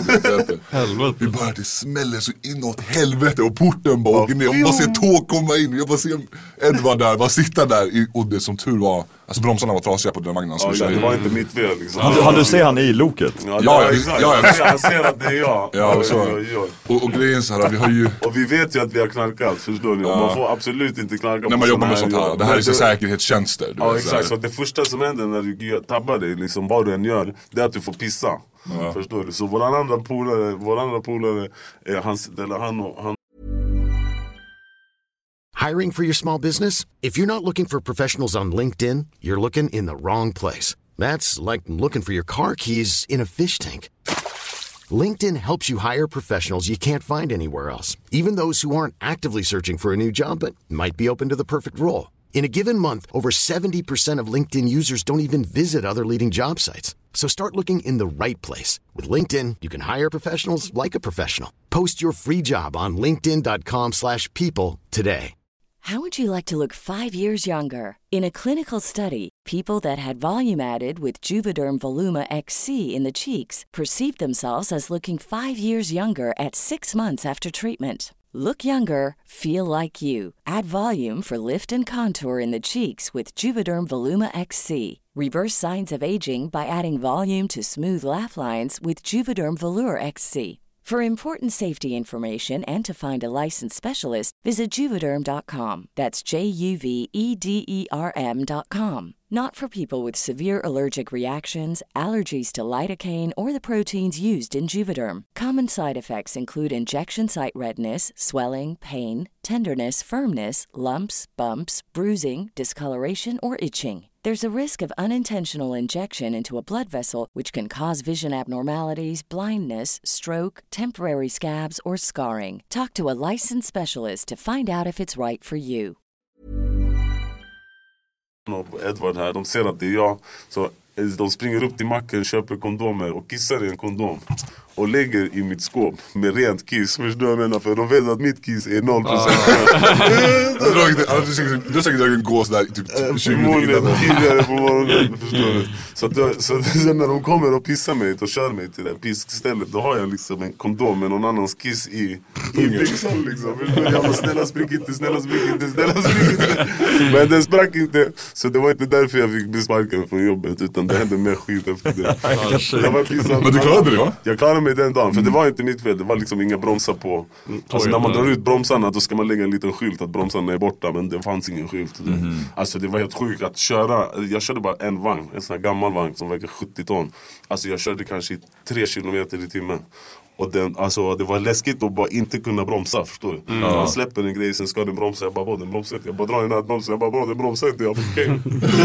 vi bara, det smäller så inåt helvete. Och porten bara åker ner. Och bara ser tåg komma in. Jag bara ser Edvard där, bara sitta där. Och det som tur var, alltså bromsarna var trasiga på den vagnen. Ja, ja, det var inte mitt fel liksom. Han, han du ser han i loket? Ja, ja, ja, exakt. Ja, ja. Jag ser att det är jag. Ja, så. Och, och grejen så här, vi har ju... Och vi vet ju att vi har knarkat, förstår ni? Ja. Och man får absolut inte knarka när man jobbar med sånt här. Jobb. Det här är så säkerhetstjänster. Ja, vet, exakt. Så, så det första som händer när du tabbar dig, liksom, vad du än gör, det är att du får pissa. Ja. Förstår du? Så vår andra polare, vår andra polare, eh, hans, eller han och han. Hiring for your small business? If you're not looking for professionals on LinkedIn, you're looking in the wrong place. That's like looking for your car keys in a fish tank. LinkedIn helps you hire professionals you can't find anywhere else, even those who aren't actively searching for a new job but might be open to the perfect role. In a given month, over seventy percent of LinkedIn users don't even visit other leading job sites. So start looking in the right place. With LinkedIn, you can hire professionals like a professional. Post your free job on linkedin dot com slash people today. How would you like to look five years younger? In a clinical study, people that had volume added with Juvederm Voluma X C in the cheeks perceived themselves as looking five years younger at six months after treatment. Look younger, feel like you. Add volume for lift and contour in the cheeks with Juvederm Voluma X C. Reverse signs of aging by adding volume to smooth laugh lines with Juvederm Volure X C. For important safety information and to find a licensed specialist, visit Juvederm dot com. That's J U V E D E R M dot com. Not for people with severe allergic reactions, allergies to lidocaine, or the proteins used in Juvederm. Common side effects include injection site redness, swelling, pain, tenderness, firmness, lumps, bumps, bruising, discoloration, or itching. There's a risk of unintentional injection into a blood vessel, which can cause vision abnormalities, blindness, stroke, temporary scabs, or scarring. Talk to a licensed specialist to find out if it's right for you. Edvard här, de ser att det är jag. Så de springer upp till macken, köper kondomer och kissar i en kondom. och lägger i mitt skåp med rent kiss. Förstår du vad jag menar? För de vet att mitt kiss är noll procent. Du har säkert dragit en gås där typ tjugo minuter innan. Tidigare på morgonen, förstår du? Så, att jag, så sen när de kommer och pissar mig och kör mig till det piskstället, då har jag liksom en kondom med någon annans kiss i, i byxan liksom. Jag bara, snälla sprick inte, snälla sprick inte, snälla sprick inte. Men den sprack inte, så det var inte därför jag fick bli sparkad från jobbet, utan det hände mer skit efter det. Jag var pissad. Men du klarade det, va? Jag klarade mig den dagen, för det var inte mitt fel. Det var liksom inga bromsar på. Alltså när man drar ut bromsarna, då ska man lägga en liten skylt att bromsarna är borta, men det fanns ingen skylt. Mm. Alltså det var helt sjukt att köra. Jag körde bara en vagn, en sån här gammal vagn som väger sjuttio ton. Alltså jag körde kanske i tre kilometer i timmen. Och den, alltså, det var läskigt att bara inte kunna bromsa, förstår du? Mm. Man släpper en grej, sen ska den bromsa. Jag bara, bara den bromsar inte. Jag bara drar den här bromsen. Jag bara, bara den bromsar inte. Jag bara, okej.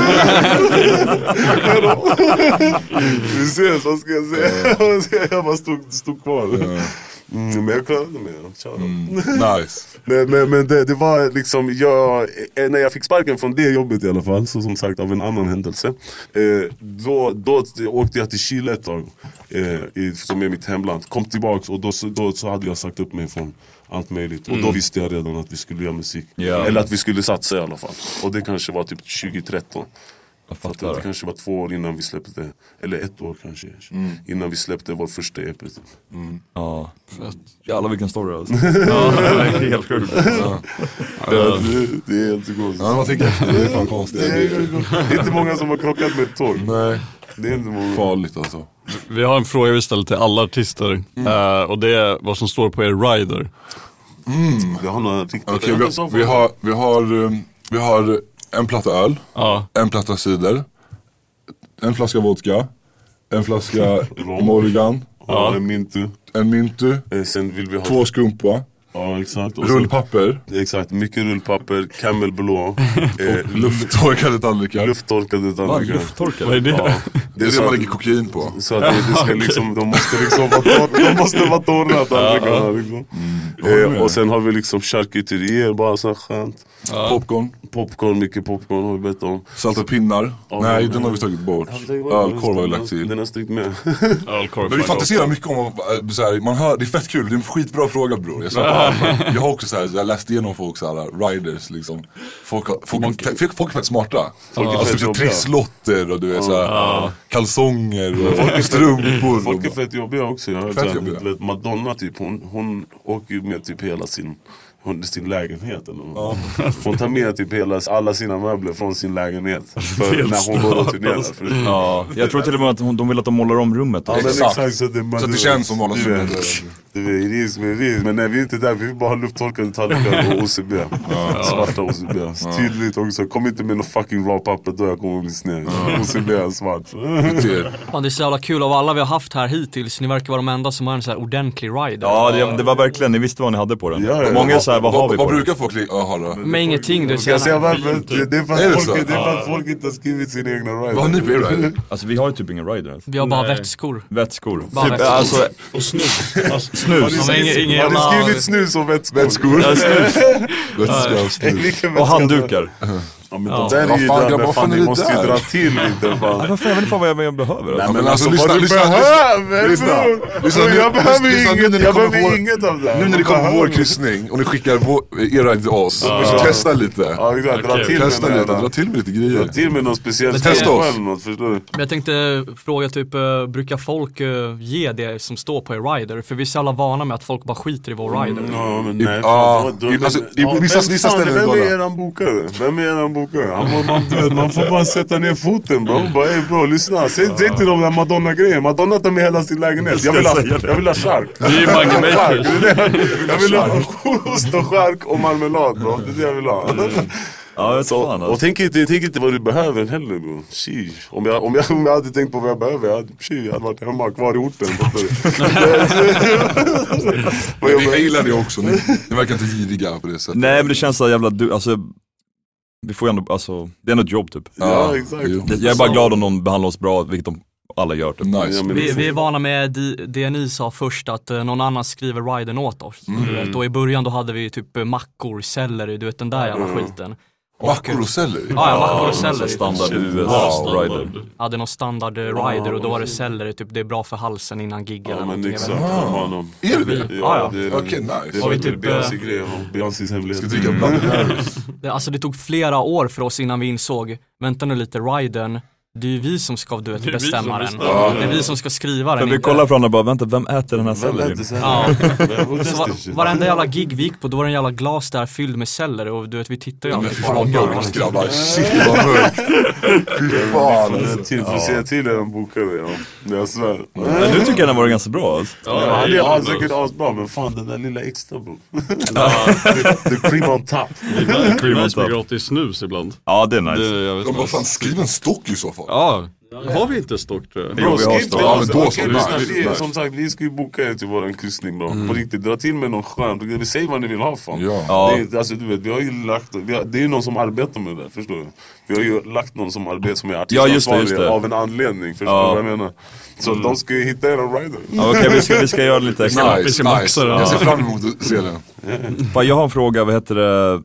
Vi ses, vad ska jag säga? Jag bara stod, stod kvar. Mm, men jag klarade mig. Mm, nice. men men, men det, det var liksom jag, när jag fick sparken från det jobbet i alla fall, så som sagt av en annan händelse, eh, då, då åkte jag till Chile ett tag, eh, i, som är mitt hemland. Kom tillbaks och då, då så hade jag sagt upp mig från allt möjligt. Och då mm. visste jag redan att vi skulle göra musik. Yeah. Eller att vi skulle satsa i alla fall. Och det kanske var typ tjugo tretton. För att det kanske var två år innan vi släppte, eller ett år kanske, mm. innan vi släppte vår första E P. Mm. Ja, fett. Jävlar vilken story alltså. Ja, det är helt sjukt. Ja. Ja, det, det är helt gott. Ja, man tänker efter, det är fan konstigt. Det är, det är inte många som har krockat med ett tåg. Nej, det är inte många. Farligt alltså. Vi har en fråga vi ställer till alla artister, mm. uh, och det är vad som står på er rider. Mm. Vi har några riktigt... Okay, vi, vi har, vi har, um, vi har en platta öl, ja. En platta cider, en flaska vodka, en flaska Morgan, ja. En mintu, en mintu, eh, sen vill vi ha två skumpa, ja, exakt. Och rullpapper, så, exakt, mycket rullpapper, Camel Blå, eh, lufttorkade tallrikar. Lufttorkade tallrikar. Lufttorkade? Vad är det? Ja. Det är det man lägger kokain på. Så att det, det ska liksom, de måste liksom vara torra, de måste vara torra tallrikarna liksom. Mm. Eh, och sen har vi liksom charkuterier, bara så skönt. Ja. Popcorn. Popcorn, mycket popcorn har vi bett om. Salta pinnar. Ja, nej, den har vi tagit bort. Ölkorv har vi lagt till. Den har strykt med. Men vi fantiserar mycket om så här, man hör, det är fett kul, det är en skitbra fråga bror. Jag, bara, jag har också så här, jag läste igenom folk så här, riders liksom. Folk, folk, folk, folk är fett smarta. Folk är alltså, fett trisslotter och du vet så här, kalsonger och folk är strumpor. Folk är fett jobbiga också. Jag hörde att Madonna typ, hon, hon åker ju med typ hela sin Hon, sin lägenhet eller ja. Hon tar med typ hela, alla sina möbler från sin lägenhet för när hon går och turnerar. Ja, jag tror till och med att hon, de vill att de målar om rummet. Ja, men exakt, så, det, man, så det känns som målar rummet. Det är ris med ris. Men nej, vi är inte där, vi vill bara ha lufttorkade tallrikar och O C B. Ja. Svarta O C B. Ja. Tydligt också, kom inte med någon fucking raw papper då jag kommer att bli sned. Ja. O C B är svart. Fan, det är så jävla kul av alla vi har haft här hittills. Ni verkar vara de enda som har en så här ordentlig rider. Ja, det, det var verkligen, ni visste vad ni hade på den. Ja, ja. Många så här, vad har vi på? Vad brukar folk ha då? Men ingenting, du ser. Säga varför, det är för att, är folk, det är för att folk inte har skrivit sina egna rider. Vad har ni på er rider? Alltså vi har ju typ ingen rider. Alltså. Vi har bara vätskor. Vätskor. Bara typ, vätskor. Alltså, och snus. Alltså, snus. Har ni skrivit snus och vätskor? Ja, snus. Och handdukar. Ja, men ja. De där är ju där, men fan, ni måste ju dra till lite. Fan. Ja, fan, jag vet inte vad jag, jag behöver. Nej, men alltså, lyssna, vad du lyssna, behöver, lyssna, lyssna, lyssna, jag behöver lyssna, inget, nu jag behöver vår, inget av det. Nu när det kommer vår kryssning och ni skickar vår, era till oss, ja. Så testa lite. Ja, exakt, dra okay. till testa med lite, dra till med lite grejer. Dra till med något speciellt. Testa oss. Något, förstår du? Men jag tänkte fråga typ, uh, brukar folk uh, ge det som står på er rider? För vi är alla vana med att folk bara skiter i vår rider. Mm, ja, men nej. Ja, i vissa ställen. Vem är eran bokare? Vem är eran bokare? Man får bara sätta ner foten, bro. Bara, ey bro, lyssna. Säg, ja. säg till dem den Madonna-grejen. Madonna tar med hela sin lägenhet. Jag vill ha, jag vill ha chark. Det är ju Mange Makers. Jag vill ha ost och chark och marmelad, bro. Det är det jag vill ha. Ja, så, fan, alltså. Och tänk inte, tänk inte vad du behöver heller, bro. Om jag, om, jag, om jag hade tänkt på vad jag behöver, jag hade, shit, jag hade varit hemma kvar i orten. Men jag gillar det också. Ni, ni verkar inte giriga på det sättet. Nej, men det känns så jävla du, alltså vi får ju ändå, alltså, det är ändå ett jobb typ. Ja, ja exakt. Jag är bara glad om någon behandlar oss bra, vilket de alla gör typ. Nice. Vi, vi är vana med det ni sa först, att uh, någon annan skriver riden åt oss. Mm. Du vet, och i början då hade vi typ uh, mackor, selleri, du vet den där jävla mm. skiten. Mackor och selleri? Ja, ja mackor och selleri. Standard U S-rider. Ja, det är någon standard rider och då var det selleri, typ det är bra för halsen innan gig eller ja, men någonting. exakt. Ah. Är det det? Ja, ja. Okej, okay, nice. Det var typ Beyoncé-grejen, Beyoncés hemlighet. Ska dricka bland det, alltså det tog flera år för oss innan vi insåg, vänta nu lite, ridern, det är ju vi som ska du vet, bestämma den. Ja. Det är vi som ska skriva den. Vi inte... kollar på varandra och bara, vänta, vem äter den här sellerin? Ja. Så var, varenda jävla gig vi gick på, då var det en jävla glas där fylld med selleri och du vet, vi tittar ju alltid på dem. Mörkt grabbar, shit vad mörkt. Fy fan alltså. Till, får säga till er de bokade, ja. Jag svär. Men nu tycker jag den var ganska bra alltså. Ja, ja, han är ja, säkert asbra, men fan den där lilla extra bro. The cream on top. Det är nice med gratis snus ibland. Ja, det är nice. Det, jag vet de bara fan skriv en stock i så fall. Ja. Har vi inte stock tror jag? Bro, vi har stock. Ja, men då okay, lyssna, vi, som sagt, vi ska ju boka er till våran kryssning bro. Mm. På riktigt, dra till med någon skönt. Vi säger vad ni vill ha fan. Ja. Ja. Det, är, alltså, du vet, vi har ju lagt, vi har, det är ju någon som arbetar med det, förstår du? Vi har ju lagt någon som arbetar som är artistansvarig ja, av en anledning, förstår ja. du vad jag menar? Så mm. de ska ju hitta er en rider. Ja, okej, okay, vi, ska, vi ska göra lite extra. Nice, nice. Jag ser fram emot att se den. Yeah. Jag har en fråga, vad heter det?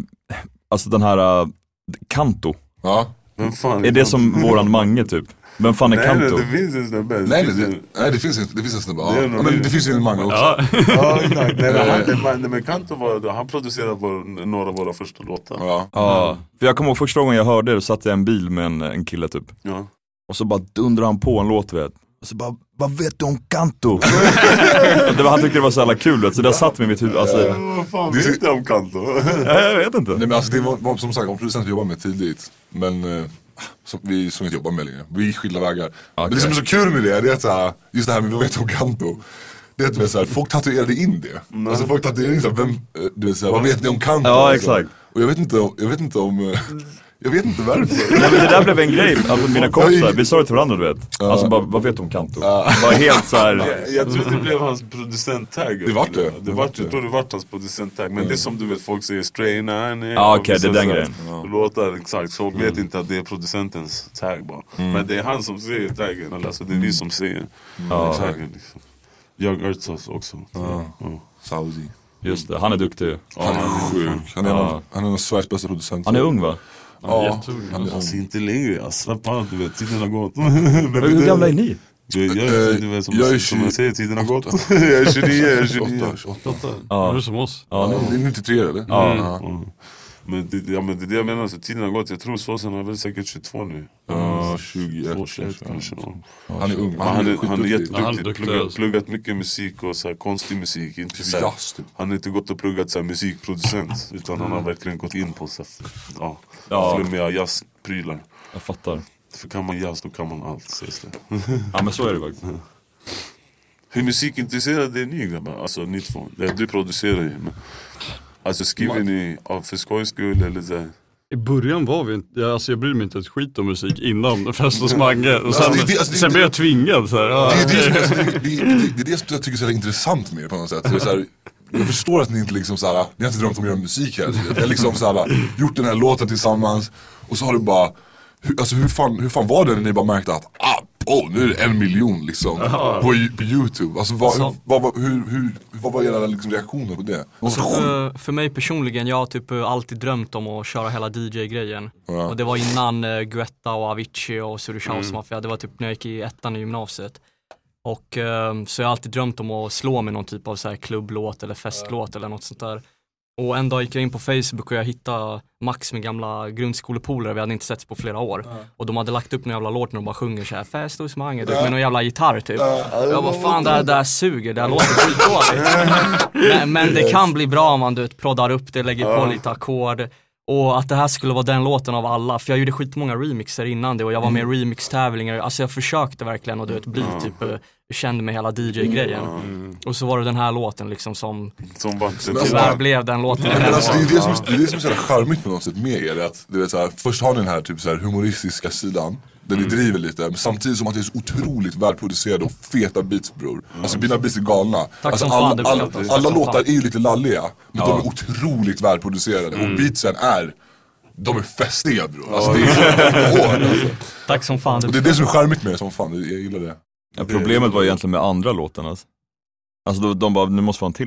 Alltså den här uh, Kanto. Ja. Vem fan är det som våran Mange typ? Vem fan är nej, Kanto? Nej, det finns en snubbe. Nej, det, nej, det finns inte. Det finns en snubbe. Ja. Ja, men det finns ju en Mange också. Ja, ja exakt. Nej, men, han, nej, men Kanto var, han producerade vår, några av våra första låtar. Ja. Ja. För jag kommer ihåg första gången jag hörde det, så satt jag i en bil med en, en kille typ. Ja. Och så bara dundrar han på en låt, vet. Och så bara, vad vet du om Kanto? det var, han tyckte det var så jävla kul, vet. Så där satt vi i mitt huvud. Alltså, ja, vad fan vet du om Kanto? ja, jag vet inte. Nej, men alltså, det var, var som sagt, om producent vi jobbar med tidigt. Men... Eh, som vi som inte jobbar med längre. Vi är skilda vägar. Okay. Men det som är så kul med det, det är att så här, just det här med vad vet om Kanto. Det är att så här, folk tatuerade in det. Mm. Alltså folk tatuerade in så här, vem, du vet, så här, vad vet ni om Kanto? Ja, alltså. Exakt. Och jag vet inte om, jag vet inte om jag vet inte varför. Nej, men det där blev en grej, alltså mina kompisar, vi sa det till varandra, du vet. Alltså bara, vad vet du om Kanto? Bara helt så här. Jag, jag tror det blev hans producent-tag. Det var det. Det var det. Jag tror det var hans producent-tag. Men mm. det är som du vet, folk säger Stray Nine. Ja, okej, det är den grejen. Låtar, exakt. Folk mm. vet inte att det är producentens tag bara. Mm. Men det är han som säger taggen. Alltså det är vi som säger mm. taggen liksom. Young Earths också. Ja. Ja. Saudi. Just det, han är duktig. Ja, han är sjuk. Han är ja. en av Sveriges bästa producenter. Han är ung va? Ja, han är alltså inte längre. Jag slappar av, du vet, tiden har gått. Hur gamla är ni? Jag, jag, jag, du vet, som, jag är som man säger, tiden har gått. Jag är tjugonio, jag är tjugonio. tjugoåtta. Ja, du är som oss. Ja, det är nittiotre eller? Ja. Ja. Ja. Men det, ja, men det är det jag menar, så tiden har gått. Jag tror Såsen är väl säkert tjugotvå nu. Ja, tjugoett tjugoett kanske. Ja. Han är ung. Han, han, är, han är jätteduktig. Han är pluggat, pluggat mycket musik och så här, konstig musik. Inte så här, yes, typ. Han har inte gått och pluggat så här, musikproducent. Utan han har verkligen gått in på så här, ja, ja. flummiga jazzprylar. Jag fattar. För kan man jazz, då kan man allt, sägs det. Ja, men så är det faktiskt. Hur musikintresserad är ni grabbar? Alltså ni två. Du producerar ju. Men, alltså skriver man... ni av för skojs skull eller så här? I början var vi inte, jag, alltså jag bryr mig inte ett skit om musik innan Fest hos Mange. Och sen, alltså, det, alltså, sen blev jag tvingad så här. Ja, det, är det, som, alltså, det, det, det, det är det som jag tycker är så intressant med på något sätt. Så, så här, jag förstår att ni inte liksom så här, ni har inte drömt om att göra musik här. Ni har liksom så här, gjort den här låten tillsammans. Och så har du bara, hur, alltså hur fan, hur fan var det när ni bara märkte att ah, oh, nu är det en miljon liksom på, på YouTube. Alltså, vad, alltså, vad, vad, hur, hur, vad var era liksom, reaktioner på det? Alltså, för, för mig personligen, jag har typ alltid drömt om att köra hela D J-grejen. Ja. Och det var innan uh, Guetta och Avicii och Suruchaus mm. Mafia. Det var typ när jag gick i ettan i gymnasiet. Och uh, så jag har alltid drömt om att slå med någon typ av så här klubblåt eller festlåt ja. eller något sånt där. Och en dag gick jag in på Facebook och jag hittade Max med gamla grundskolepolare vi hade inte setts på flera år. Ja. Och de hade lagt upp en jävla låt när de bara sjunger såhär Fest hos Mange ja. med någon jävla gitarr typ. Ja. Jag bara fan det här, det här suger, det här låter skitdåligt. men, men det kan bli bra om man du vet, proddar upp det, lägger ja. på lite ackord. Och att det här skulle vara den låten av alla. För jag gjorde skitmånga remixer innan det och jag var med i remix-tävlingar. Alltså jag försökte verkligen att du vet, bli ja. typ känd med hela D J-grejen. Mm. Och så var det den här låten liksom som, som var, tyvärr alltså, blev den låten. Men den alltså, det, är det, som, det är det som är så jävla charmigt på något sätt med er. Att, du vet, så här, först har ni den här, typ, så här humoristiska sidan. Där mm. ni driver lite, men samtidigt som att det är så otroligt välproducerade och feta beats bror. Mm. Alltså mina beats är galna. Alltså, alla alla, alla, alla låtar är ju lite lalliga, men ja. de är otroligt välproducerade. Mm. Och beatsen är, de är festiga bror. Alltså, det är så hård, alltså. Tack som fan. Och det är det som är charmigt med det, som fan, jag gillar det. Ja, problemet var egentligen med andra låten alltså. Alltså de, de bara, nu måste få en till låt.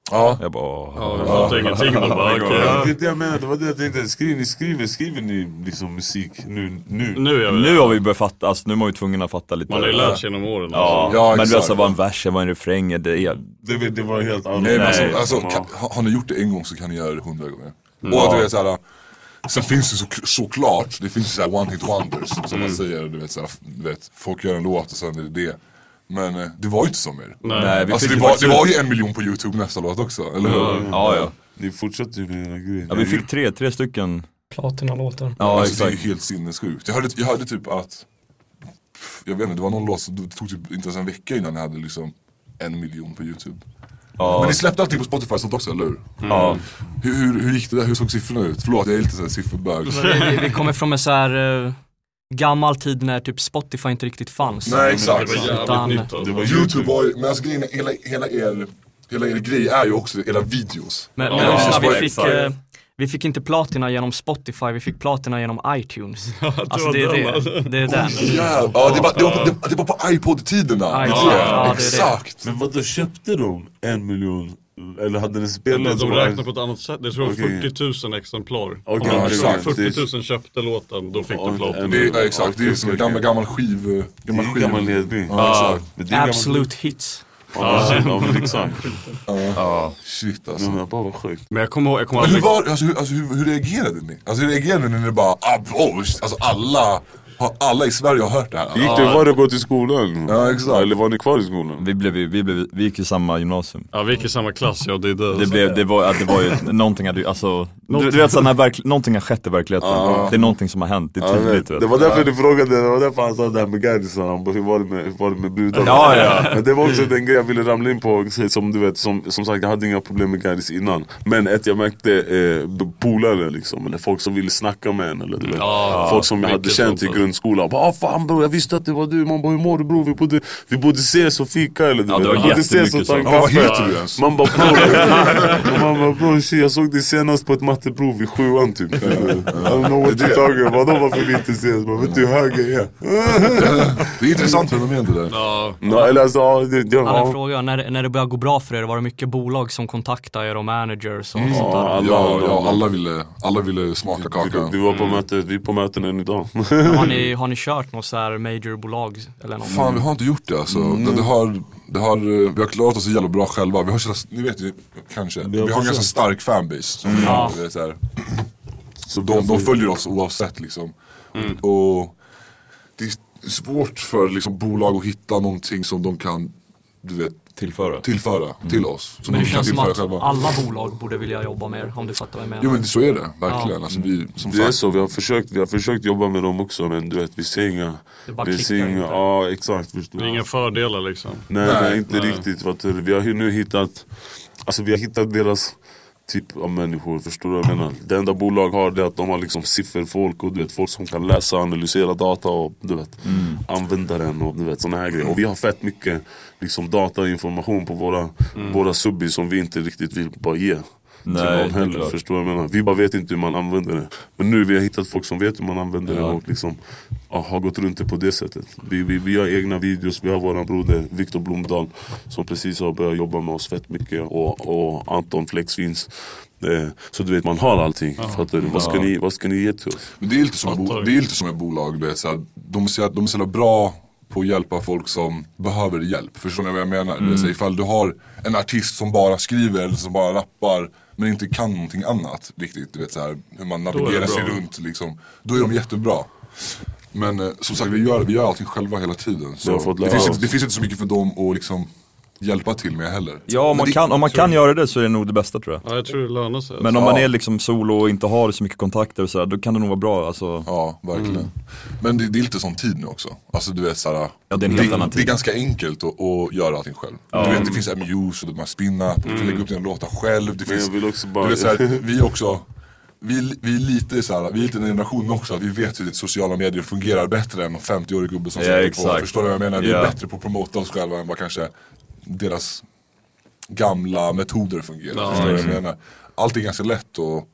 Ja. Jag bara... Ja, jag fattar ingenting. Man bara, okay. Ja, det är det jag menar, det var det jag tänkte. Skriver ni, skriver, skriver ni liksom musik nu? Nu, nu, jag nu har vi börjat fatta, alltså, nu är man ju tvungen att fatta lite. Man har ju lärt sig genom åren. Ja, ja men exakt. det alltså, var en vers, vad en refräng är. Det, är... det, det var helt annorlunda. Nej, men alltså, Nej, alltså, som, kan, har ni gjort det en gång så kan ni göra det hundra gånger. Mm. Och du vet såhär, sen finns det så, såklart, det finns ju såhär one hit wonders som mm. man säger, du vet, såhär, du vet, folk gör en låt och sen är det det. Men eh, det var ju inte så mer. Nej, vi alltså, det, var, det var ju en miljon på YouTube nästa låt också, eller hur? Ja, ja. ja. Ni fortsatte ju med era grejer. Ja, vi fick tre, tre stycken platina-låtar. Ja, alltså, exakt. det är ju helt sinnessjukt. Jag hörde, jag hörde typ att, jag vet inte, det var någon låt som det tog typ inte ens en vecka innan jag hade liksom en miljon på YouTube. Ja. Men ni släppte allting på Spotify sånt också, eller hur? Mm. Ja. Hur, hur, hur gick det där? Hur såg siffrorna ut? Förlåt, jag är lite såhär sifferbög. Vi, vi kommer från en så här uh, gammal tid när typ Spotify inte riktigt fanns. Nej, exakt. Det var jävligt Utan, nytt alltså. Det var YouTube var ju, men alltså grejen, hela, hela, er, hela er grej är ju också era videos. Men, Ja, men lyssna, vi, ja, fick, exakt. uh, vi fick inte platina genom Spotify, vi fick platina genom iTunes. Alltså det är det, det är den. Ja, ja det, var, det, var, det, det var på iPod-tiderna. iPod, Ja, ja, det är det. exakt. Men vad då köpte de en miljon? Eller hade ni spelat? De räknar på ett annat sätt. Det tror jag Okej. fyrtio tusen exemplar. Okej, Om ja, exakt. fyrtio tusen köpte låten, då fick du platina. Det, ja, exakt, det är som en gammal, gammal skiv. Gammal Det är skiv. gammal ledby. Ja, exakt. Men det är gammal- Absolute hits. Ja, ja, men exakt. Ja, shit alltså. Men det bara var sjukt. Men jag kommer ihåg, jag kommer Men hur, aldrig... var, alltså, hur, alltså, hur, hur reagerade ni? Alltså hur reagerade ni när ni bara, ah, oh, alltså alla, har, alla i Sverige har hört det här? Gick du var det gå till skolan? Ja, exakt. Eller var ni kvar i skolan? Vi, blev, vi, blev, vi gick i samma gymnasium. Ja, vi gick i samma klass, ja, det är det. Det, blev, det, var, det var ju, någonting hade ju, alltså, du, du vet så när verk, någonting har skett i verkligheten. Ja. Det är någonting som har hänt, det är Ja, tydligt. det, vet. det var därför du frågade, det var därför han sa det här med Gardisar. Han bara, hur var det med, hur var det med brudar? Ja, ja. Men det var också den grej jag ville ramla in på. Som du vet, som, som sagt jag hade inga problem med Gardis innan. Men ett jag märkte eh, polare liksom, eller folk som ville snacka med en, eller du vet, Ja, folk som jag hade känt i grundskolan. Bara, ah, fan bro, jag visste att det var du. Man bara, hur mår du bro? Vi borde, vi borde ses och fika, eller du Ja, det vet. var Vi borde ses jättemycket och ta en så. Ja, vad kaffe. heter du ens? Man bara, bro, och man bara, bro, shit, jag såg dig senast på ett matteprov i sjuan typ. I don't know what you're talking about. Vadå varför vi inte ses? Man vet du hur hög jag är. Det är intressant fenomen det där. Ja, No, eller alltså, ja, det, det, Alla ja. frågar, när, när det började gå bra för er, var det mycket bolag som kontaktade er och managers och sånt Ja, där? alla, Ja, alla, ja, alla ville, alla ville smaka kakan. Vi, vi var på möte, vi är på möten än idag. Har ni, har ni kört något så här majorbolag eller något? Fan, vi har inte gjort det alltså. Det, det har, det har, vi har klarat oss jävla bra själva. Vi har, så- ni vet ju kanske, vi har en ganska stark fanbase. Som Ja. det är så här. Så De, de följer oss oavsett liksom. Och det är svårt för liksom, bolag att hitta någonting som de kan, du vet, Tillföra. tillföra till oss. Som Men det de kan känns som tillföra att själva. alla bolag borde vilja jobba med er, om du fattar vad jag menar. Jo men så är det, verkligen. Alltså, vi, som Det är sagt, så, vi har, försökt, vi har försökt jobba med dem också. Men du vet, vi ser inga, Det bara vi ser klickar inga, inte. ja exakt förstår. det är inga fördelar liksom. Nej, Nej, nej, inte nej. riktigt. Vad tur. Vi har ju nu hittat, alltså vi har hittat deras typ av människor, förstår du vad jag menar? Det enda bolag har det att de har liksom sifferfolk och du vet, folk som kan läsa och analysera data och du vet, Mm. använda den och du vet, såna här grejer. Och vi har fett mycket liksom data och information på våra, våra subbis som vi inte riktigt vill bara ge. Nej, till det någon är heller, klart. förstår du vad jag menar? Vi bara vet inte hur man använder det. Men nu vi har hittat folk som vet hur man använder Ja. det och liksom ja, har gått runt det på det sättet. Vi, vi, vi har egna videos, vi har våran broder Victor Blomdahl som precis har börjat jobba med oss fett mycket och, och Anton Flex finns. Eh, så du vet, man har allting. Fattar du? Vad ska, ni, vad ska ni ge till oss? men det är lite som, en bo, det är lite som ett bolag, du vet, så här, de, är så, de är så jävla bra på att hjälpa folk som behöver hjälp. Förstår ni vad jag menar? Mm. Det är så, ifall du har en artist som bara skriver eller som bara rappar men inte kan någonting annat riktigt, du vet så här, hur man navigerar sig runt liksom, då är de jättebra. Men eh, som sagt, vi gör, vi gör allting själva hela tiden. Vi har Så fått det, lära finns oss. inte, det finns inte så mycket för dem att liksom hjälpa till med heller. Ja, om man, Men det- kan, om man kan göra det så är det nog det bästa tror jag. Ja, jag tror det lönar sig. Men om Ja. man är liksom solo och inte har så mycket kontakter och så här, då kan det nog vara bra alltså. Ja, verkligen. Men det, det är lite sån tid nu också. Alltså du vet såhär, Ja, det är en helt det, annan det är tid. ganska enkelt att, att göra allting själv. Du vet, det finns M U S och de här spinna, du kan lägga upp dina låtar själv. Det Men finns, jag vill också bara... du vet, såhär, vi också, vi, vi är lite såhär, vi är lite en generation också, att vi vet hur sociala medier fungerar bättre än en femtio-årig gubbe som Ja, sitter på. exakt. Förstår du vad jag menar? Vi är Ja. bättre på att promota oss själva än vad kanske deras gamla metoder fungerar. Ja, Förstår du vad jag menar? Allt är ganska lätt och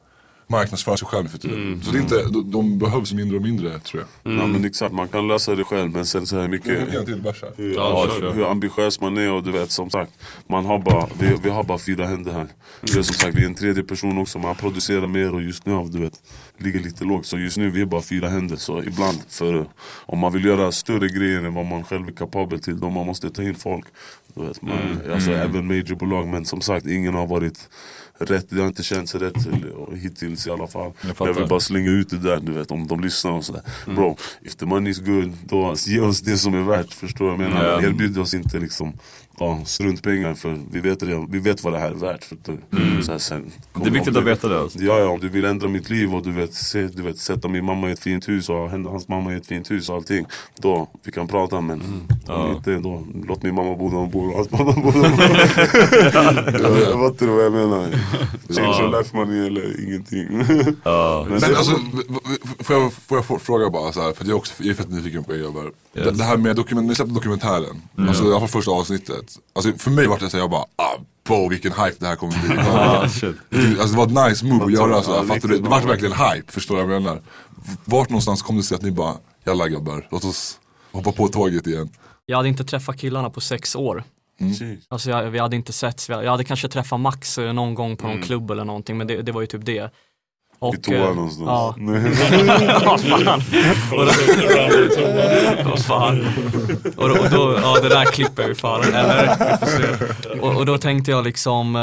marknadsföra sig själv för tiden. Mm. Så det är inte, de, de behövs mindre och mindre, tror jag. Mm. Ja, men exakt, man kan lösa det själv, men sen så här mycket hur, ja, hur, hur ambitiös man är, och du vet, som sagt, man har bara, vi, vi har bara fyra händer här. Det är som sagt, vi är en tredje person också, man producerar mer, och just nu, du vet, ligger lite lågt. Så just nu vi är bara fyra händer, så ibland, för om man vill göra större grejer än vad man själv är kapabel till, då man måste ta in folk. Du vet, man, mm. alltså mm. även majorbolag, men som sagt, ingen har varit rätt, det har inte känts rätt hittills i alla fall. Jag, jag vill bara slänga ut det där, du vet, om de lyssnar och sådär. Mm. Bro, if the money is good, då ge oss det som är värt, förstår jag menar. Yeah. Erbjuder oss inte liksom ja, struntpengar, för vi vet, redan, vi vet vad det här är värt. För mm. så här, sen, det är viktigt att veta det. Alltså. Ja, ja, om du vill ändra mitt liv och du vet, se, du vet sätta min mamma i ett fint hus och hans mamma i ett fint hus och allting, då vi kan prata, men mm. ja. inte, då låt min mamma bo där hon bor och hans mamma bo där hon bor. Jag vet inte vad jag menar. Change your life money eller ingenting. Ja. Men, men alltså, får jag, får jag fråga bara så här, för jag är också jag är fett nyfiken på er grabbar. Yes. Det, det här med dokument, ni släppte dokumentären, mm. alltså i alla fall första avsnittet. Alltså för mig var det så jag bara, ah, på vilken hype det här kommer bli. Ah, shit. Alltså det var ett nice move att göra så. Fattar du? Det var verkligen hype, förstår jag vad jag menar. Vart någonstans kom det sig att ni bara, jalla grabbar, låt oss hoppa på tåget igen. Jag hade inte träffat killarna på sex år. Mm. Alltså jag, vi hade inte sett, jag hade kanske träffat Max någon gång på någon mm. klubb eller någonting, men det, det var ju typ det. Och, i toa någonstans. Ja. Ja, fan. Och då, oh, fan. Och då, och då, ja det där klipper ju fan. Eller, och, och då tänkte jag liksom,